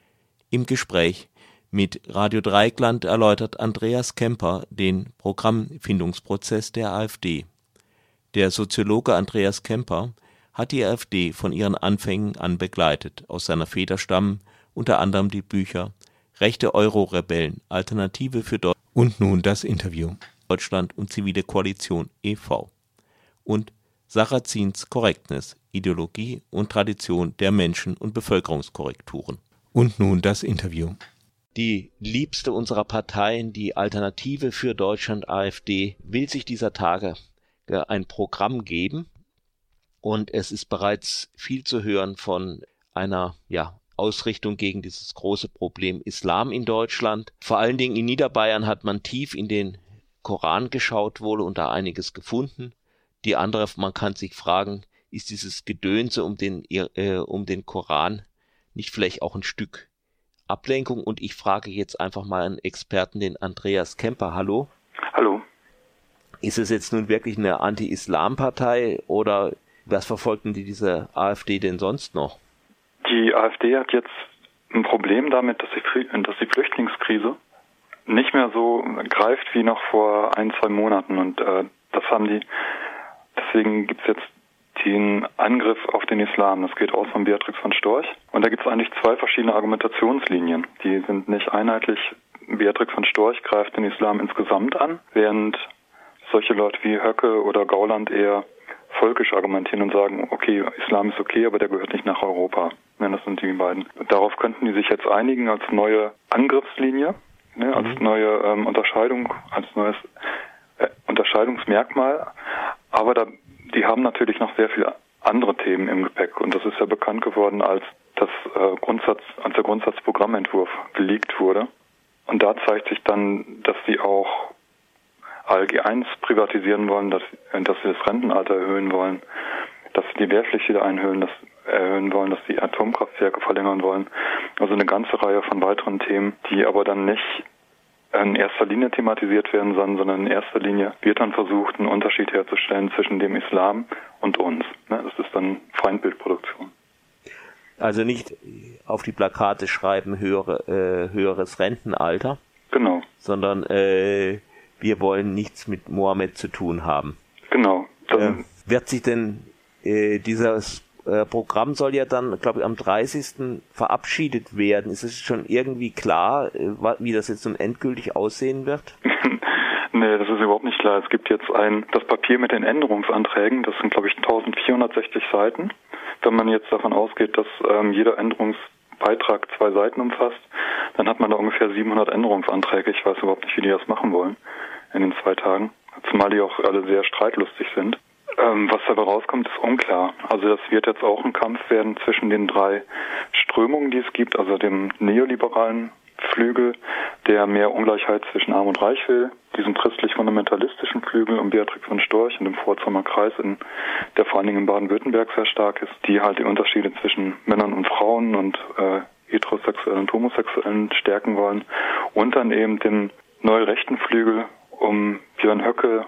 Im Gespräch mit Radio Dreieckland erläutert Andreas Kemper den Programmfindungsprozess der AfD. Der Soziologe Andreas Kemper hat die AfD von ihren Anfängen an begleitet. Aus seiner Feder stammen unter anderem die Bücher Rechte Euro-Rebellen, Alternative für Deutschland und nun das Interview Deutschland und Zivile Koalition e V und Sarrazins Korrektness, Ideologie und Tradition der Menschen- und Bevölkerungskorrekturen. Und nun das Interview. Die liebste unserer Parteien, die Alternative für Deutschland AfD, will sich dieser Tage ein Programm geben und es ist bereits viel zu hören von einer ja, Ausrichtung gegen dieses große Problem Islam in Deutschland. Vor allen Dingen in Niederbayern hat man tief in den Koran geschaut wohl und da einiges gefunden. Die andere, man kann sich fragen, ist dieses Gedönse um den, äh, um den Koran nicht vielleicht auch ein Stück Ablenkung? Und ich frage jetzt einfach mal einen Experten, den Andreas Kemper. Hallo? Hallo. Ist es jetzt nun wirklich eine Anti-Islam-Partei oder was verfolgt denn die diese AfD denn sonst noch? Die AfD hat jetzt ein Problem damit, dass die, dass die Flüchtlingskrise nicht mehr so greift wie noch vor ein, zwei Monaten. Und äh, das haben die, deswegen gibt es jetzt den Angriff auf den Islam. Das geht aus von Beatrix von Storch. Und da gibt es eigentlich zwei verschiedene Argumentationslinien. Die sind nicht einheitlich. Beatrix von Storch greift den Islam insgesamt an, während solche Leute wie Höcke oder Gauland eher völkisch argumentieren und sagen, okay, Islam ist okay, aber der gehört nicht nach Europa. Ja, das sind die beiden. Darauf könnten die sich jetzt einigen als neue Angriffslinie, ne, als mhm. neue ähm, Unterscheidung, als neues äh, Unterscheidungsmerkmal. Aber da, die haben natürlich noch sehr viele andere Themen im Gepäck. Und das ist ja bekannt geworden, als das äh, Grundsatz, als der Grundsatzprogrammentwurf geleakt wurde. Und da zeigt sich dann, dass sie auch A L G eins privatisieren wollen, dass, dass sie das Rentenalter erhöhen wollen, dass sie die Wehrpflicht wieder einhöhen, dass, erhöhen wollen, dass sie Atomkraftwerke verlängern wollen. Also eine ganze Reihe von weiteren Themen, die aber dann nicht in erster Linie thematisiert werden, sondern in erster Linie wird dann versucht, einen Unterschied herzustellen zwischen dem Islam und uns. Das ist dann Feindbildproduktion. Also nicht auf die Plakate schreiben höhere, äh, höheres Rentenalter, genau, sondern äh, wir wollen nichts mit Mohammed zu tun haben. Genau. Äh, wird sich denn äh, dieses äh, Programm soll ja dann, glaube ich, am dreißigsten verabschiedet werden. Ist es schon irgendwie klar, äh, wie das jetzt nun endgültig aussehen wird? Nee, das ist überhaupt nicht klar. Es gibt jetzt ein das Papier mit den Änderungsanträgen, das sind, glaube ich, eintausendvierhundertsechzig Seiten. Wenn man jetzt davon ausgeht, dass ähm, jeder Änderungsbeitrag zwei Seiten umfasst, dann hat man da ungefähr siebenhundert Änderungsanträge. Ich weiß überhaupt nicht, wie die das machen wollen in den zwei Tagen. Zumal die auch alle sehr streitlustig sind. Ähm, was dabei rauskommt, ist unklar. Also das wird jetzt auch ein Kampf werden zwischen den drei Strömungen, die es gibt, also dem neoliberalen Flügel, der mehr Ungleichheit zwischen Arm und Reich will, diesem christlich-fundamentalistischen Flügel um Beatrix von Storch und dem Pforzheimer Kreis, in, der vor allen Dingen in Baden-Württemberg sehr stark ist, die halt die Unterschiede zwischen Männern und Frauen und äh, Heterosexuellen und Homosexuellen stärken wollen, und dann eben den neurechten Flügel um Björn Höcke,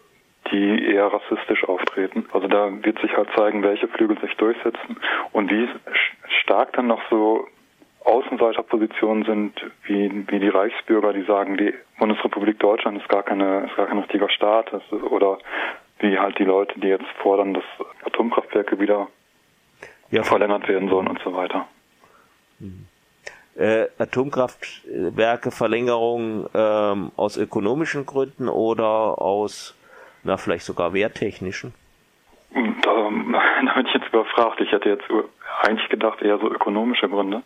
die eher rassistisch auftreten. Also da wird sich halt zeigen, welche Flügel sich durchsetzen und wie stark dann noch so Außenseiterpositionen sind, wie, wie die Reichsbürger, die sagen, die Bundesrepublik Deutschland ist gar keine, ist gar kein richtiger Staat, das ist, oder wie halt die Leute, die jetzt fordern, dass Atomkraftwerke wieder ja. verlängert werden sollen und so weiter. Mhm. Äh, Atomkraftwerke Verlängerung ähm, aus ökonomischen Gründen oder aus, na vielleicht sogar wehrtechnischen? Da, da bin ich jetzt überfragt. Ich hätte jetzt eigentlich gedacht, eher so ökonomische Gründe.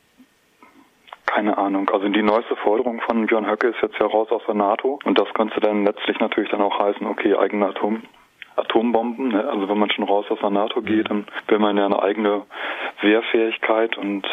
Keine Ahnung. Also die neueste Forderung von Björn Höcke ist jetzt ja raus aus der NATO, und das könnte dann letztlich natürlich dann auch heißen, okay, eigene Atom, Atombomben, ne? Also wenn man schon raus aus der NATO geht, dann will man ja eine eigene Wehrfähigkeit und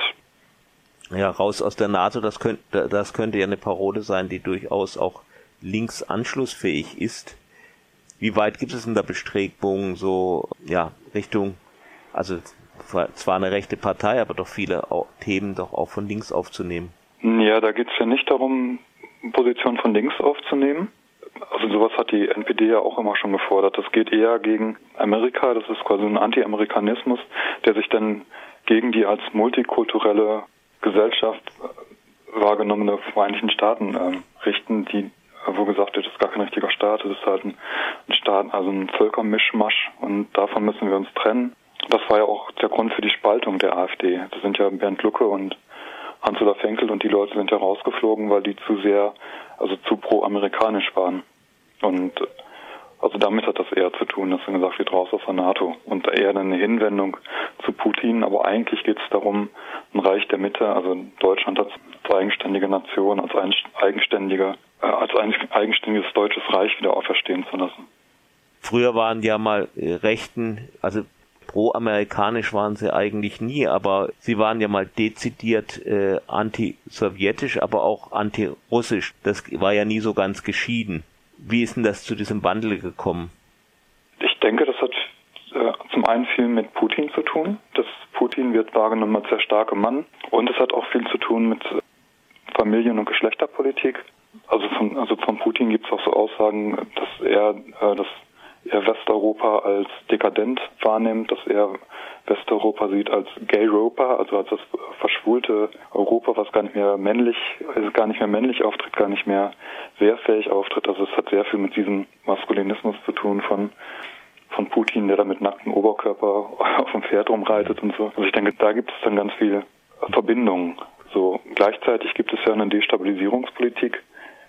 ja, raus aus der NATO, das könnte, das könnte ja eine Parole sein, die durchaus auch links anschlussfähig ist. Wie weit gibt es denn da Bestrebungen so, ja, Richtung, also zwar eine rechte Partei, aber doch viele Themen doch auch von links aufzunehmen? Ja, da geht es ja nicht darum, Positionen von links aufzunehmen. Also sowas hat die N P D ja auch immer schon gefordert. Das geht eher gegen Amerika, das ist quasi ein Anti-Amerikanismus, der sich dann gegen die als multikulturelle Gesellschaft wahrgenommene Vereinigten Staaten äh, richten, die, wo gesagt wird, das ist gar kein richtiger Staat, das ist halt ein, ein Staat, also ein Völkermischmasch, und davon müssen wir uns trennen. Das war ja auch der Grund für die Spaltung der AfD. Das sind ja Bernd Lucke und Hans-Olaf Henkel, und die Leute sind ja rausgeflogen, weil die zu sehr, also zu pro-amerikanisch waren. Und also damit hat das eher zu tun, dass dann gesagt wird, raus aus der NATO, und eher eine Hinwendung zu Putin. Aber eigentlich geht es darum, ein Reich der Mitte, also Deutschland als eigenständige Nation, als eigenständige, äh, als eigenständiges deutsches Reich wieder auferstehen zu lassen. Früher waren ja mal äh, Rechten, also pro-amerikanisch waren sie eigentlich nie, aber sie waren ja mal dezidiert äh, anti-sowjetisch, aber auch anti-russisch. Das war ja nie so ganz geschieden. Wie ist denn das zu diesem Wandel gekommen? Ich denke, das hat äh, zum einen viel mit Putin zu tun. Das Putin wird wahrgenommen als sehr starker Mann. Und es hat auch viel zu tun mit Familien- und Geschlechterpolitik. Also von, also von Putin gibt es auch so Aussagen, dass er, äh, dass er Westeuropa als dekadent wahrnimmt, dass er Westeuropa sieht als Gay-Europa, also als das verschwulte Europa, was gar nicht mehr männlich, also gar nicht mehr männlich auftritt, gar nicht mehr wehrfähig auftritt. Also es hat sehr viel mit diesem Maskulinismus zu tun von von Putin, der da mit nacktem Oberkörper auf dem Pferd rumreitet und so. Also ich denke, da gibt es dann ganz viele Verbindungen. So gleichzeitig gibt es ja eine Destabilisierungspolitik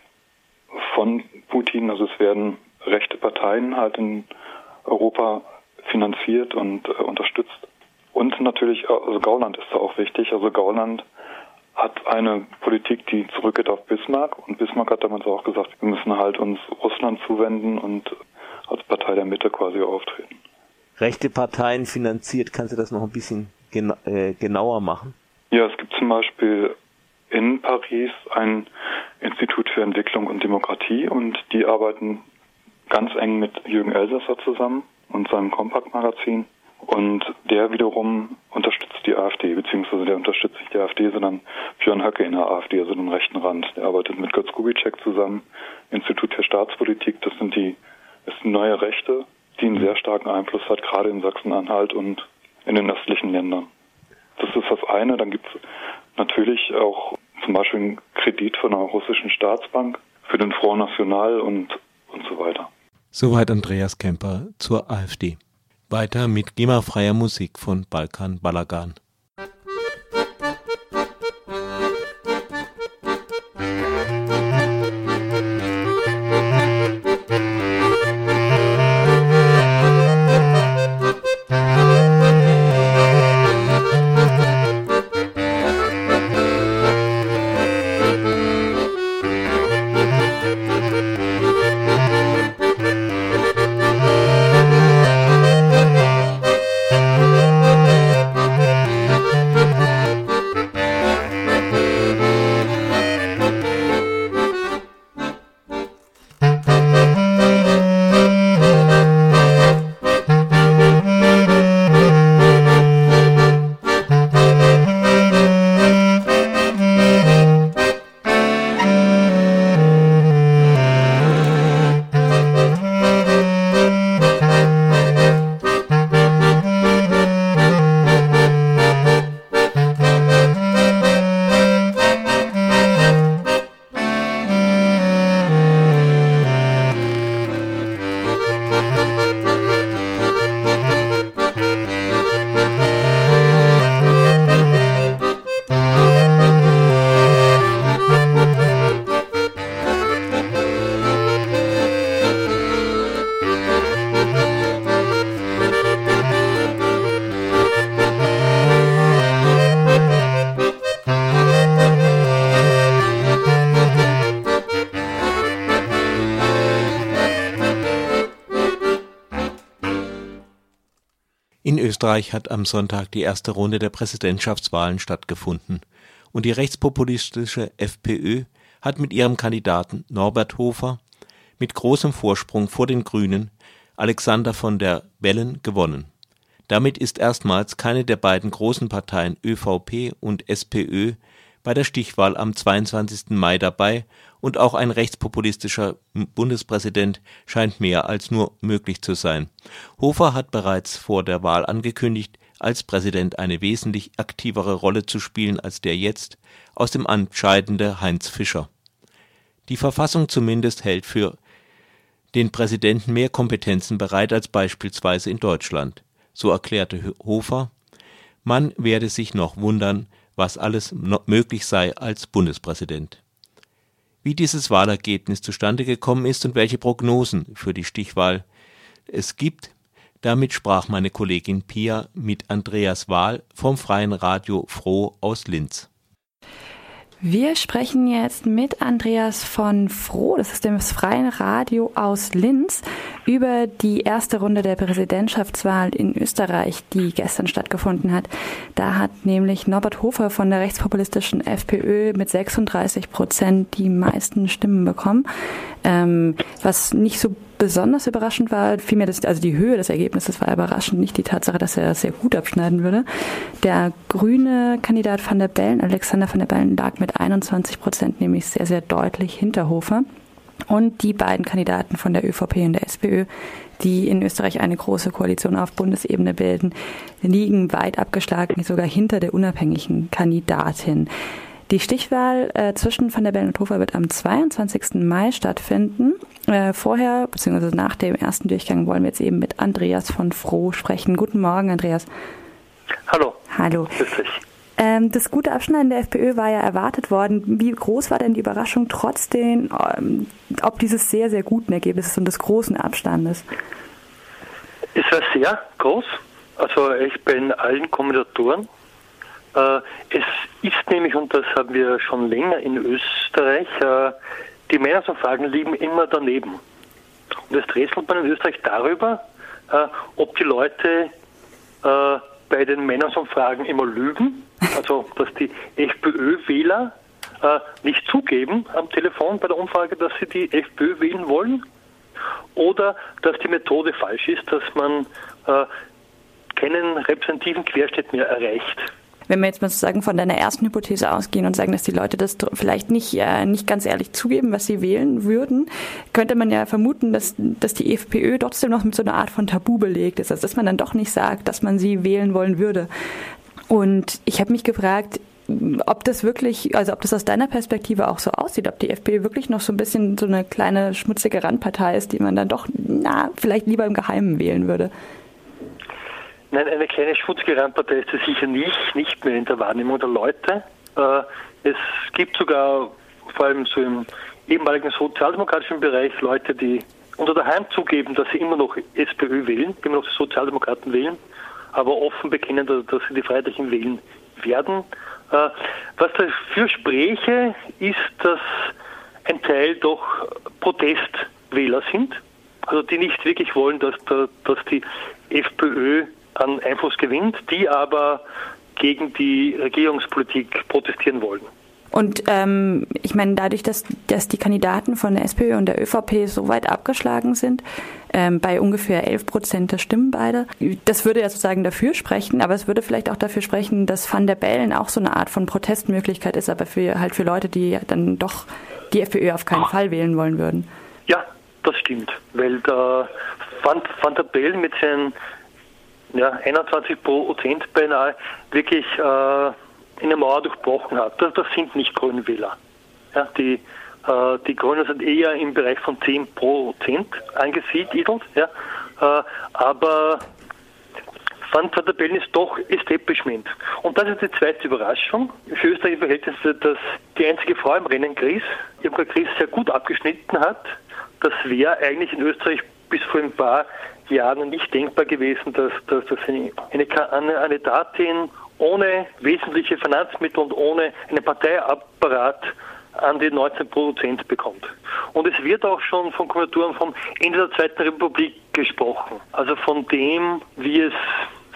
von Putin. Also es werden rechte Parteien halt in Europa finanziert und äh, unterstützt. Und natürlich, also Gauland ist da auch wichtig. Also Gauland hat eine Politik, die zurückgeht auf Bismarck. Und Bismarck hat damals auch gesagt, wir müssen halt uns Russland zuwenden und als Partei der Mitte quasi auftreten. Rechte Parteien finanziert, kannst du das noch ein bisschen gena- äh, genauer machen? Ja, es gibt zum Beispiel in Paris ein Institut für Entwicklung und Demokratie, und die arbeiten ganz eng mit Jürgen Elsässer zusammen und seinem Kompakt-Magazin, und der wiederum unterstützt die AfD, beziehungsweise der unterstützt nicht die AfD, sondern Björn Höcke in der AfD, also den rechten Rand. Der arbeitet mit Götz Kubitschek zusammen, Institut für Staatspolitik. Das sind die, das sind neue Rechte, die einen sehr starken Einfluss hat, gerade in Sachsen-Anhalt und in den östlichen Ländern. Das ist das eine. Dann gibt es natürlich auch zum Beispiel einen Kredit von einer russischen Staatsbank für den Front National und, und so weiter. Soweit Andreas Kemper zur AfD. Weiter mit GEMA-freier Musik von Balkan Balagan. In Österreich hat am Sonntag die erste Runde der Präsidentschaftswahlen stattgefunden und die rechtspopulistische FPÖ hat mit ihrem Kandidaten Norbert Hofer mit großem Vorsprung vor den Grünen Alexander von der Bellen gewonnen. Damit ist erstmals keine der beiden großen Parteien ÖVP und SPÖ bei der Stichwahl am zweiundzwanzigsten Mai dabei und auch ein rechtspopulistischer Bundespräsident scheint mehr als nur möglich zu sein. Hofer hat bereits vor der Wahl angekündigt, als Präsident eine wesentlich aktivere Rolle zu spielen als der jetzt aus dem Amt scheidende Heinz Fischer. Die Verfassung zumindest hält für den Präsidenten mehr Kompetenzen bereit als beispielsweise in Deutschland. So erklärte Hofer, man werde sich noch wundern, was alles möglich sei als Bundespräsident. Wie dieses Wahlergebnis zustande gekommen ist und welche Prognosen für die Stichwahl es gibt, damit sprach meine Kollegin Pia mit Andreas Wahl vom Freien Radio Froh aus Linz. Wir sprechen jetzt mit Andreas von Froh, das ist dem Freien Radio aus Linz, über die erste Runde der Präsidentschaftswahl in Österreich, die gestern stattgefunden hat. Da hat nämlich Norbert Hofer von der rechtspopulistischen FPÖ mit sechsunddreißig Prozent die meisten Stimmen bekommen. Ähm, was nicht so besonders überraschend war, vielmehr das, also die Höhe des Ergebnisses war überraschend, nicht die Tatsache, dass er sehr gut abschneiden würde. Der grüne Kandidat van der Bellen, Alexander van der Bellen, lag mit einundzwanzig Prozent nämlich sehr, sehr deutlich hinter Hofer. Und die beiden Kandidaten von der ÖVP und der SPÖ, die in Österreich eine große Koalition auf Bundesebene bilden, liegen weit abgeschlagen, sogar hinter der unabhängigen Kandidatin. Die Stichwahl äh, zwischen Van der Bellen und Hofer wird am zweiundzwanzigsten Mai stattfinden. Äh, vorher, beziehungsweise nach dem ersten Durchgang, wollen wir jetzt eben mit Andreas von Froh sprechen. Guten Morgen, Andreas. Hallo. Hallo. Grüß dich. Ähm, das gute Abschneiden der FPÖ war ja erwartet worden. Wie groß war denn die Überraschung trotzdem, ähm, ob dieses sehr, sehr guten Ergebnisses und des großen Abstandes? Es war sehr groß, also echt bei allen Kombinatoren. Äh, es ist nämlich, und das haben wir schon länger in Österreich, äh, die Meinungsumfragen liegen immer daneben. Und es rätselt man in Österreich darüber, äh, ob die Leute äh, bei den Meinungsumfragen immer lügen, also dass die FPÖ-Wähler äh, nicht zugeben am Telefon bei der Umfrage, dass sie die FPÖ wählen wollen, oder dass die Methode falsch ist, dass man äh, keinen repräsentativen Querschnitt mehr erreicht. Wenn wir jetzt mal sozusagen von deiner ersten Hypothese ausgehen und sagen, dass die Leute das vielleicht nicht, äh, nicht ganz ehrlich zugeben, was sie wählen würden, könnte man ja vermuten, dass, dass die FPÖ trotzdem noch mit so einer Art von Tabu belegt ist, also dass man dann doch nicht sagt, dass man sie wählen wollen würde. Und ich habe mich gefragt, ob das wirklich, also ob das aus deiner Perspektive auch so aussieht, ob die FPÖ wirklich noch so ein bisschen so eine kleine schmutzige Randpartei ist, die man dann doch, na, vielleicht lieber im Geheimen wählen würde. Nein, eine kleine schmutzige Randpartei ist es sicher nicht, nicht mehr in der Wahrnehmung der Leute. Äh, es gibt sogar, vor allem so im ehemaligen sozialdemokratischen Bereich, Leute, die unter der Hand zugeben, dass sie immer noch SPÖ wählen, immer noch die Sozialdemokraten wählen, aber offen bekennen, dass sie die Freiheitlichen wählen werden. Äh, was dafür spräche, ist, dass ein Teil doch Protestwähler sind, also die nicht wirklich wollen, dass, dass die FPÖ an Einfluss gewinnt, die aber gegen die Regierungspolitik protestieren wollen. Und ähm, ich meine, dadurch, dass, dass die Kandidaten von der SPÖ und der ÖVP so weit abgeschlagen sind, ähm, bei ungefähr elf Prozent der Stimmen beide, das würde ja sozusagen dafür sprechen, aber es würde vielleicht auch dafür sprechen, dass Van der Bellen auch so eine Art von Protestmöglichkeit ist, aber für halt für Leute, die dann doch die FPÖ auf keinen Fall wählen wollen würden. Ja, das stimmt, weil der Van, Van der Bellen mit seinen ja, einundzwanzig Prozent beinahe wirklich äh, eine Mauer durchbrochen hat. Das, das sind nicht Grünwähler. Ja, die, äh, die Grünen sind eher im Bereich von zehn Prozent angesiedelt. Ja, äh, aber Van der Bellen ist doch Establishment. Und das ist die zweite Überraschung. Für österreichische Verhältnisse, dass die einzige Frau im Rennen, Gries, Irmgard Gries, sehr gut abgeschnitten hat. Das wäre eigentlich in Österreich bis vor ein paar Jahren nicht denkbar gewesen, dass, dass, dass eine, eine Kandidatin ohne wesentliche Finanzmittel und ohne einen Parteiapparat an die neunzehn Prozent bekommt. Und es wird auch schon von Kommentatoren vom Ende der Zweiten Republik gesprochen. Also von dem, wie es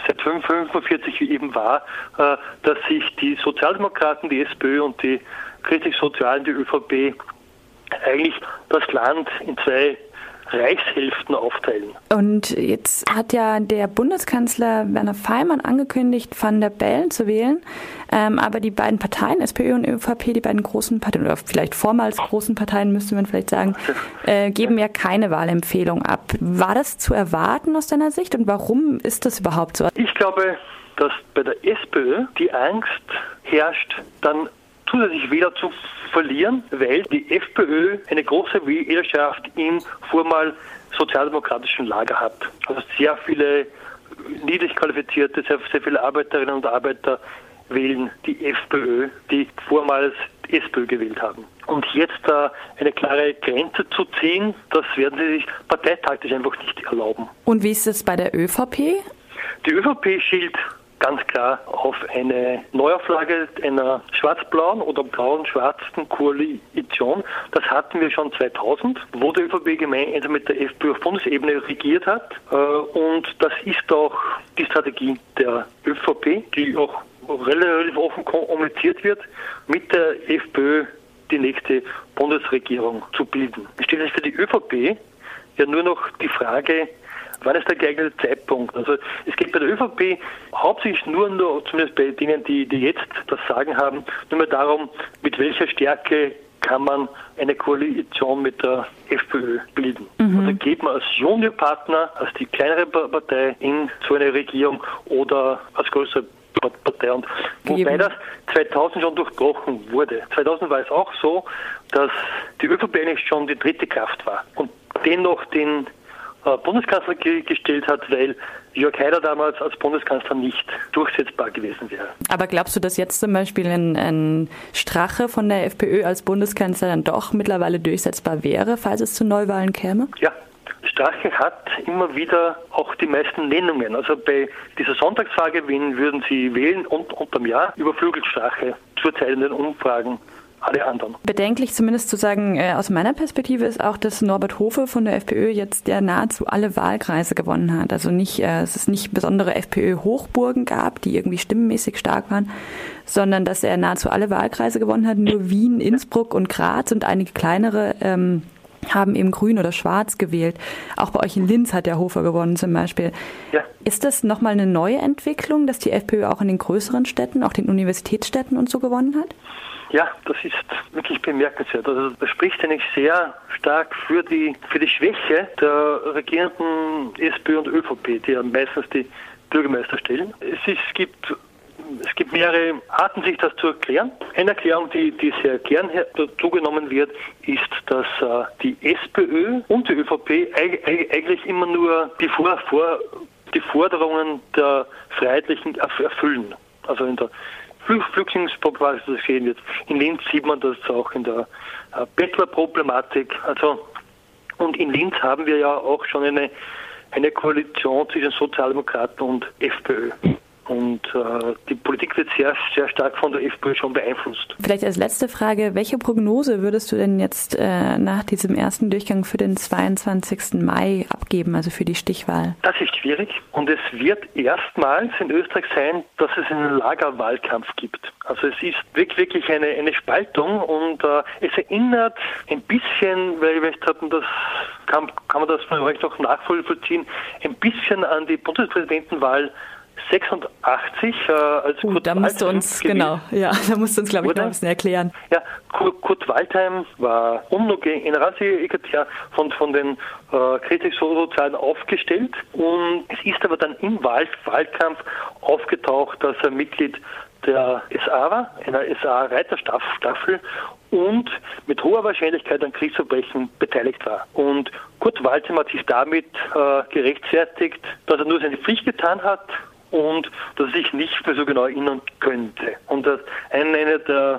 seit fünfundvierzig eben war, äh, dass sich die Sozialdemokraten, die SPÖ und die Christlich-Sozialen, die ÖVP, eigentlich das Land in zwei Reichshälften aufteilen. Und jetzt hat ja der Bundeskanzler Werner Faymann angekündigt, Van der Bellen zu wählen, ähm, aber die beiden Parteien, SPÖ und ÖVP, die beiden großen Parteien, oder vielleicht vormals großen Parteien, müsste man vielleicht sagen, äh, geben ja keine Wahlempfehlung ab. War das zu erwarten aus deiner Sicht und warum ist das überhaupt so? Ich glaube, dass bei der SPÖ die Angst herrscht, dann zusätzlich Wähler zu verlieren, weil die FPÖ eine große Wählerschaft im vormal sozialdemokratischen Lager hat. Also sehr viele niedrig qualifizierte, sehr, sehr viele Arbeiterinnen und Arbeiter wählen die FPÖ, die vormals SPÖ gewählt haben. Und jetzt da äh, eine klare Grenze zu ziehen, das werden sie sich parteitaktisch einfach nicht erlauben. Und wie ist es bei der ÖVP? Die ÖVP schielt ganz klar auf eine Neuauflage einer schwarz-blauen oder blauen-schwarzen Koalition. Das hatten wir schon zweitausend, wo die ÖVP gemeinsam mit der FPÖ auf Bundesebene regiert hat. Und das ist auch die Strategie der ÖVP, die auch relativ offen kommuniziert wird, mit der FPÖ die nächste Bundesregierung zu bilden. Es stellt sich für die ÖVP ja nur noch die Frage, wann ist der geeignete Zeitpunkt? Also es geht bei der ÖVP hauptsächlich nur, nur zumindest bei denen, die, die jetzt das Sagen haben, nur mehr darum, mit welcher Stärke kann man eine Koalition mit der FPÖ bilden. Mhm. Also geht man als Juniorpartner, als die kleinere Partei in so eine Regierung oder als größere Partei. Und wobei das zweitausend schon durchbrochen wurde. zweitausend war es auch so, dass die ÖVP eigentlich schon die dritte Kraft war und dennoch den Bundeskanzler gestellt hat, weil Jörg Haider damals als Bundeskanzler nicht durchsetzbar gewesen wäre. Aber glaubst du, dass jetzt zum Beispiel ein, ein Strache von der FPÖ als Bundeskanzler dann doch mittlerweile durchsetzbar wäre, falls es zu Neuwahlen käme? Ja, Strache hat immer wieder auch die meisten Nennungen. Also bei dieser Sonntagsfrage, wen würden Sie wählen und unterm Jahr, überflügelt Strache zurzeit in den Umfragen alle anderen. Bedenklich zumindest zu sagen, äh, aus meiner Perspektive ist auch, dass Norbert Hofe von der FPÖ jetzt ja nahezu alle Wahlkreise gewonnen hat. Also nicht, äh, es ist nicht besondere FPÖ-Hochburgen gab, die irgendwie stimmenmäßig stark waren, sondern dass er nahezu alle Wahlkreise gewonnen hat. Nur Wien, Innsbruck und Graz und einige kleinere ähm, haben eben grün oder schwarz gewählt. Auch bei euch in Linz hat der Hofer gewonnen zum Beispiel. Ja. Ist das nochmal eine neue Entwicklung, dass die FPÖ auch in den größeren Städten, auch den Universitätsstädten und so gewonnen hat? Ja, das ist wirklich bemerkenswert. Also das spricht eigentlich sehr stark für die für die Schwäche der regierenden SPÖ und ÖVP, die ja meistens die Bürgermeister stellen. Es, ist, es gibt es gibt mehrere Arten, sich das zu erklären. Eine Erklärung, die, die sehr gern dazu genommen wird, ist, dass äh, die SPÖ und die ÖVP eigentlich immer nur die, Vor, Vor, die Forderungen der Freiheitlichen erfüllen. Also in der Flüchtlingsproblematik sehen wird. In Linz sieht man das auch in der äh, Bettlerproblematik. Also, und in Linz haben wir ja auch schon eine, eine Koalition zwischen Sozialdemokraten und FPÖ. Und äh, die Politik wird sehr, sehr stark von der FPÖ schon beeinflusst. Vielleicht als letzte Frage, welche Prognose würdest du denn jetzt äh, nach diesem ersten Durchgang für den zweiundzwanzigsten Mai abgeben, also für die Stichwahl? Das ist schwierig und es wird erstmals in Österreich sein, dass es einen Lagerwahlkampf gibt. Also es ist wirklich eine, eine Spaltung und äh, es erinnert ein bisschen, weil ich habe, das kann, kann man das von euch noch nachvollziehen, ein bisschen an die Bundespräsidentenwahl sechsundachtzig, äh, als uh, Kurt da musst du uns, gewählt. genau, ja, da musst du uns, glaube ich, noch ein bisschen erklären. Ja, Kurt, Kurt Waldheim war UNO-Generalsekretär von, von den äh, Christlich-Sozialen aufgestellt und es ist aber dann im Wahl, Wahlkampf aufgetaucht, dass er Mitglied der S A war, einer S A-Reiterstaffel und mit hoher Wahrscheinlichkeit an Kriegsverbrechen beteiligt war. Und Kurt Waldheim hat sich damit äh, gerechtfertigt, dass er nur seine Pflicht getan hat und dass er sich nicht mehr so genau erinnern könnte. Und dass eine der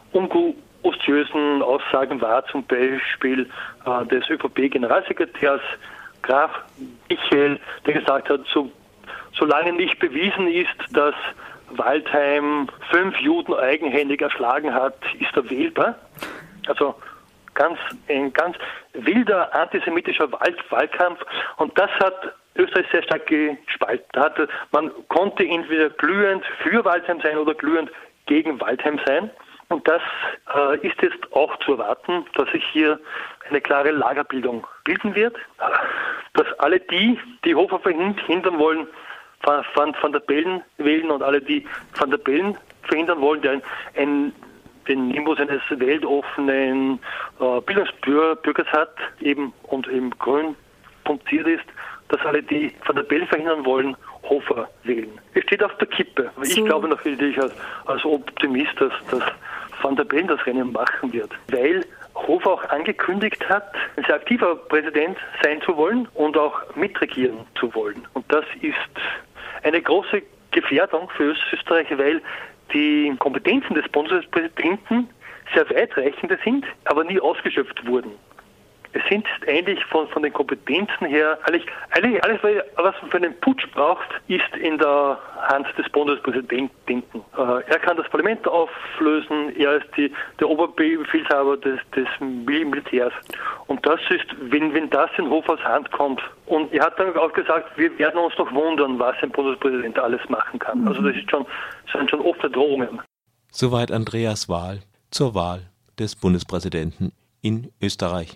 ungustiösen Aussagen war zum Beispiel äh, des ÖVP-Generalsekretärs Graf Michael, der gesagt hat, so, solange nicht bewiesen ist, dass Waldheim fünf Juden eigenhändig erschlagen hat, ist er wählbar. Also ganz, ein ganz wilder antisemitischer Wahl, Wahlkampf. Und das hat Österreich sehr stark gespalten hatte. Man konnte entweder glühend für Waldheim sein oder glühend gegen Waldheim sein. Und das äh, ist jetzt auch zu erwarten, dass sich hier eine klare Lagerbildung bilden wird. Dass alle die, die Hofer verhindern wollen, Van, Van, Van der Bellen wählen und alle, die Van der Bellen verhindern wollen, der ein, ein, den Nimbus eines weltoffenen äh, Bildungsbürgers hat eben und eben grün punktiert ist, dass alle, die Van der Bellen verhindern wollen, Hofer wählen. Es steht auf der Kippe. Ich so. glaube natürlich als, als Optimist, dass, dass Van der Bellen das Rennen machen wird, weil Hofer auch angekündigt hat, ein sehr aktiver Präsident sein zu wollen und auch mitregieren zu wollen. Und das ist eine große Gefährdung für Österreich, weil die Kompetenzen des Bundespräsidenten sehr weitreichende sind, aber nie ausgeschöpft wurden. Es sind eigentlich von, von den Kompetenzen her, eigentlich, eigentlich alles, was man für einen Putsch braucht, ist in der Hand des Bundespräsidenten. Äh, er kann das Parlament auflösen, er ist die, der Oberbefehlshaber des, des Militärs. Und das ist, wenn, wenn das in Hofers Hand kommt, und er hat dann auch gesagt, wir werden uns noch wundern, was ein Bundespräsident alles machen kann. Also das ist schon, das sind schon offene Drohungen. Soweit Andreas Wahl zur Wahl des Bundespräsidenten in Österreich.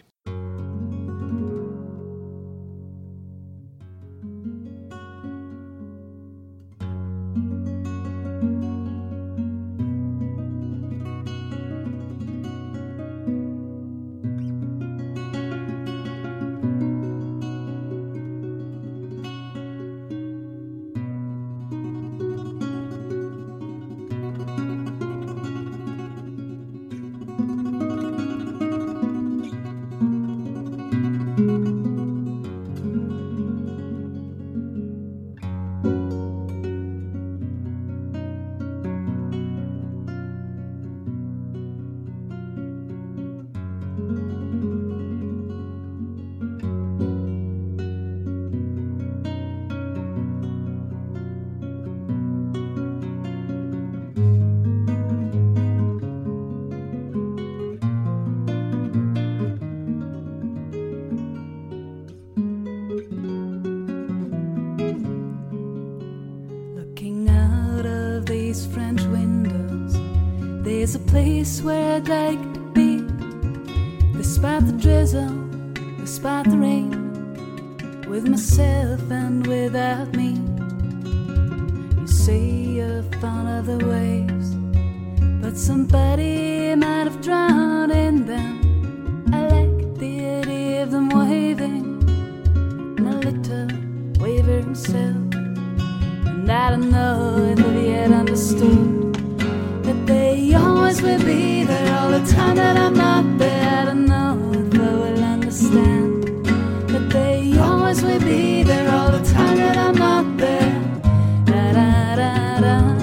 There's a place where I'd like to be, despite the drizzle, despite the rain, with myself and without me. You say you're fond of the waves, but somebody might have drowned in them. I like the idea of them waving, and a little waver himself. And I don't know if they've yet understood that they always will be there all the time that I'm not there. I don't know if I will understand that they always will be there all the time that I'm not there. Da da da da.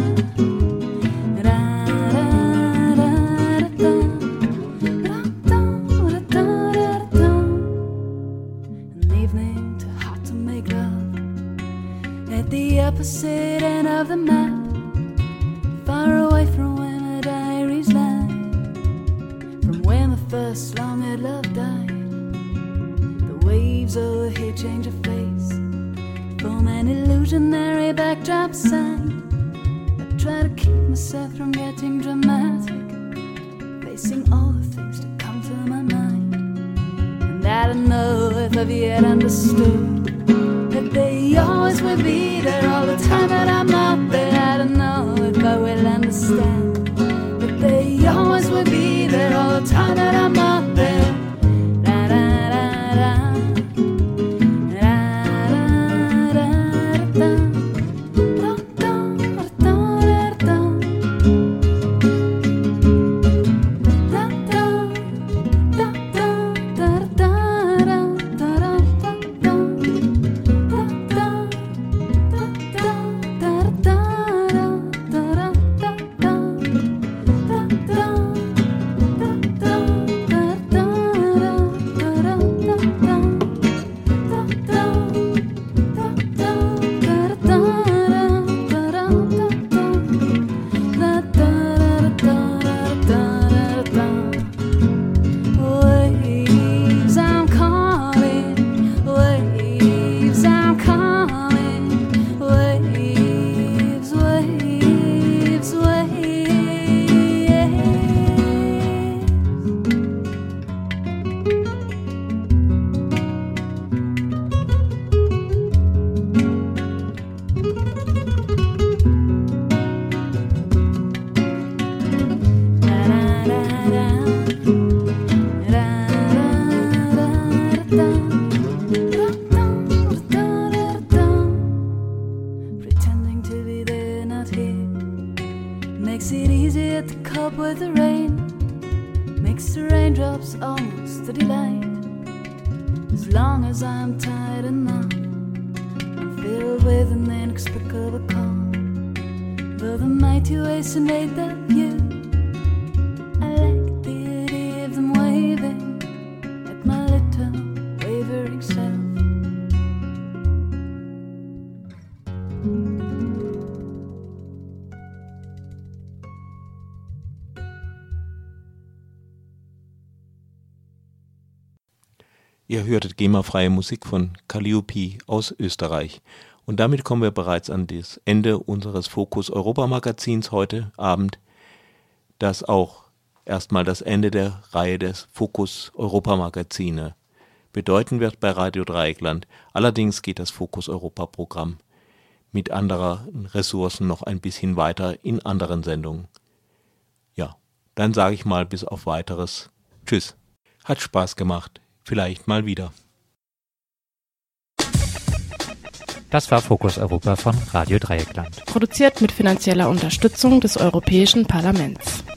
An evening too hot to make love at the opposite end of the map, far away from when our diaries lie, from when the first long-haired love died. The waves over here change of face, from an illusionary backdrop sign. I try to keep myself from getting dramatic, facing all the things that come to my mind. And I don't know if I've yet understood that they always will be there all the time that I'm not there. I don't know if I will understand that they always will be there all the time that I'm not there. Da da da da. Pretending to be there, not here, makes it easier to cope with the rain, makes the raindrops almost a delight. As long as I'm tired enough, I'm filled with an inexplicable calm. Though the mighty waves invade the view, I like the idea of them waving at my little wavering self. Ihr hörtet GEMA-freie Musik von Calliope aus Österreich. Und damit kommen wir bereits an das Ende unseres Fokus Europa Magazins heute Abend, das auch erstmal das Ende der Reihe des Fokus Europa Magazine bedeuten wird bei Radio Dreieckland. Allerdings geht das Fokus Europa Programm mit anderen Ressourcen noch ein bisschen weiter in anderen Sendungen. Ja, dann sage ich mal bis auf Weiteres. Tschüss. Hat Spaß gemacht. Vielleicht mal wieder. Das war Fokus Europa von Radio Dreieckland. Produziert mit finanzieller Unterstützung des Europäischen Parlaments.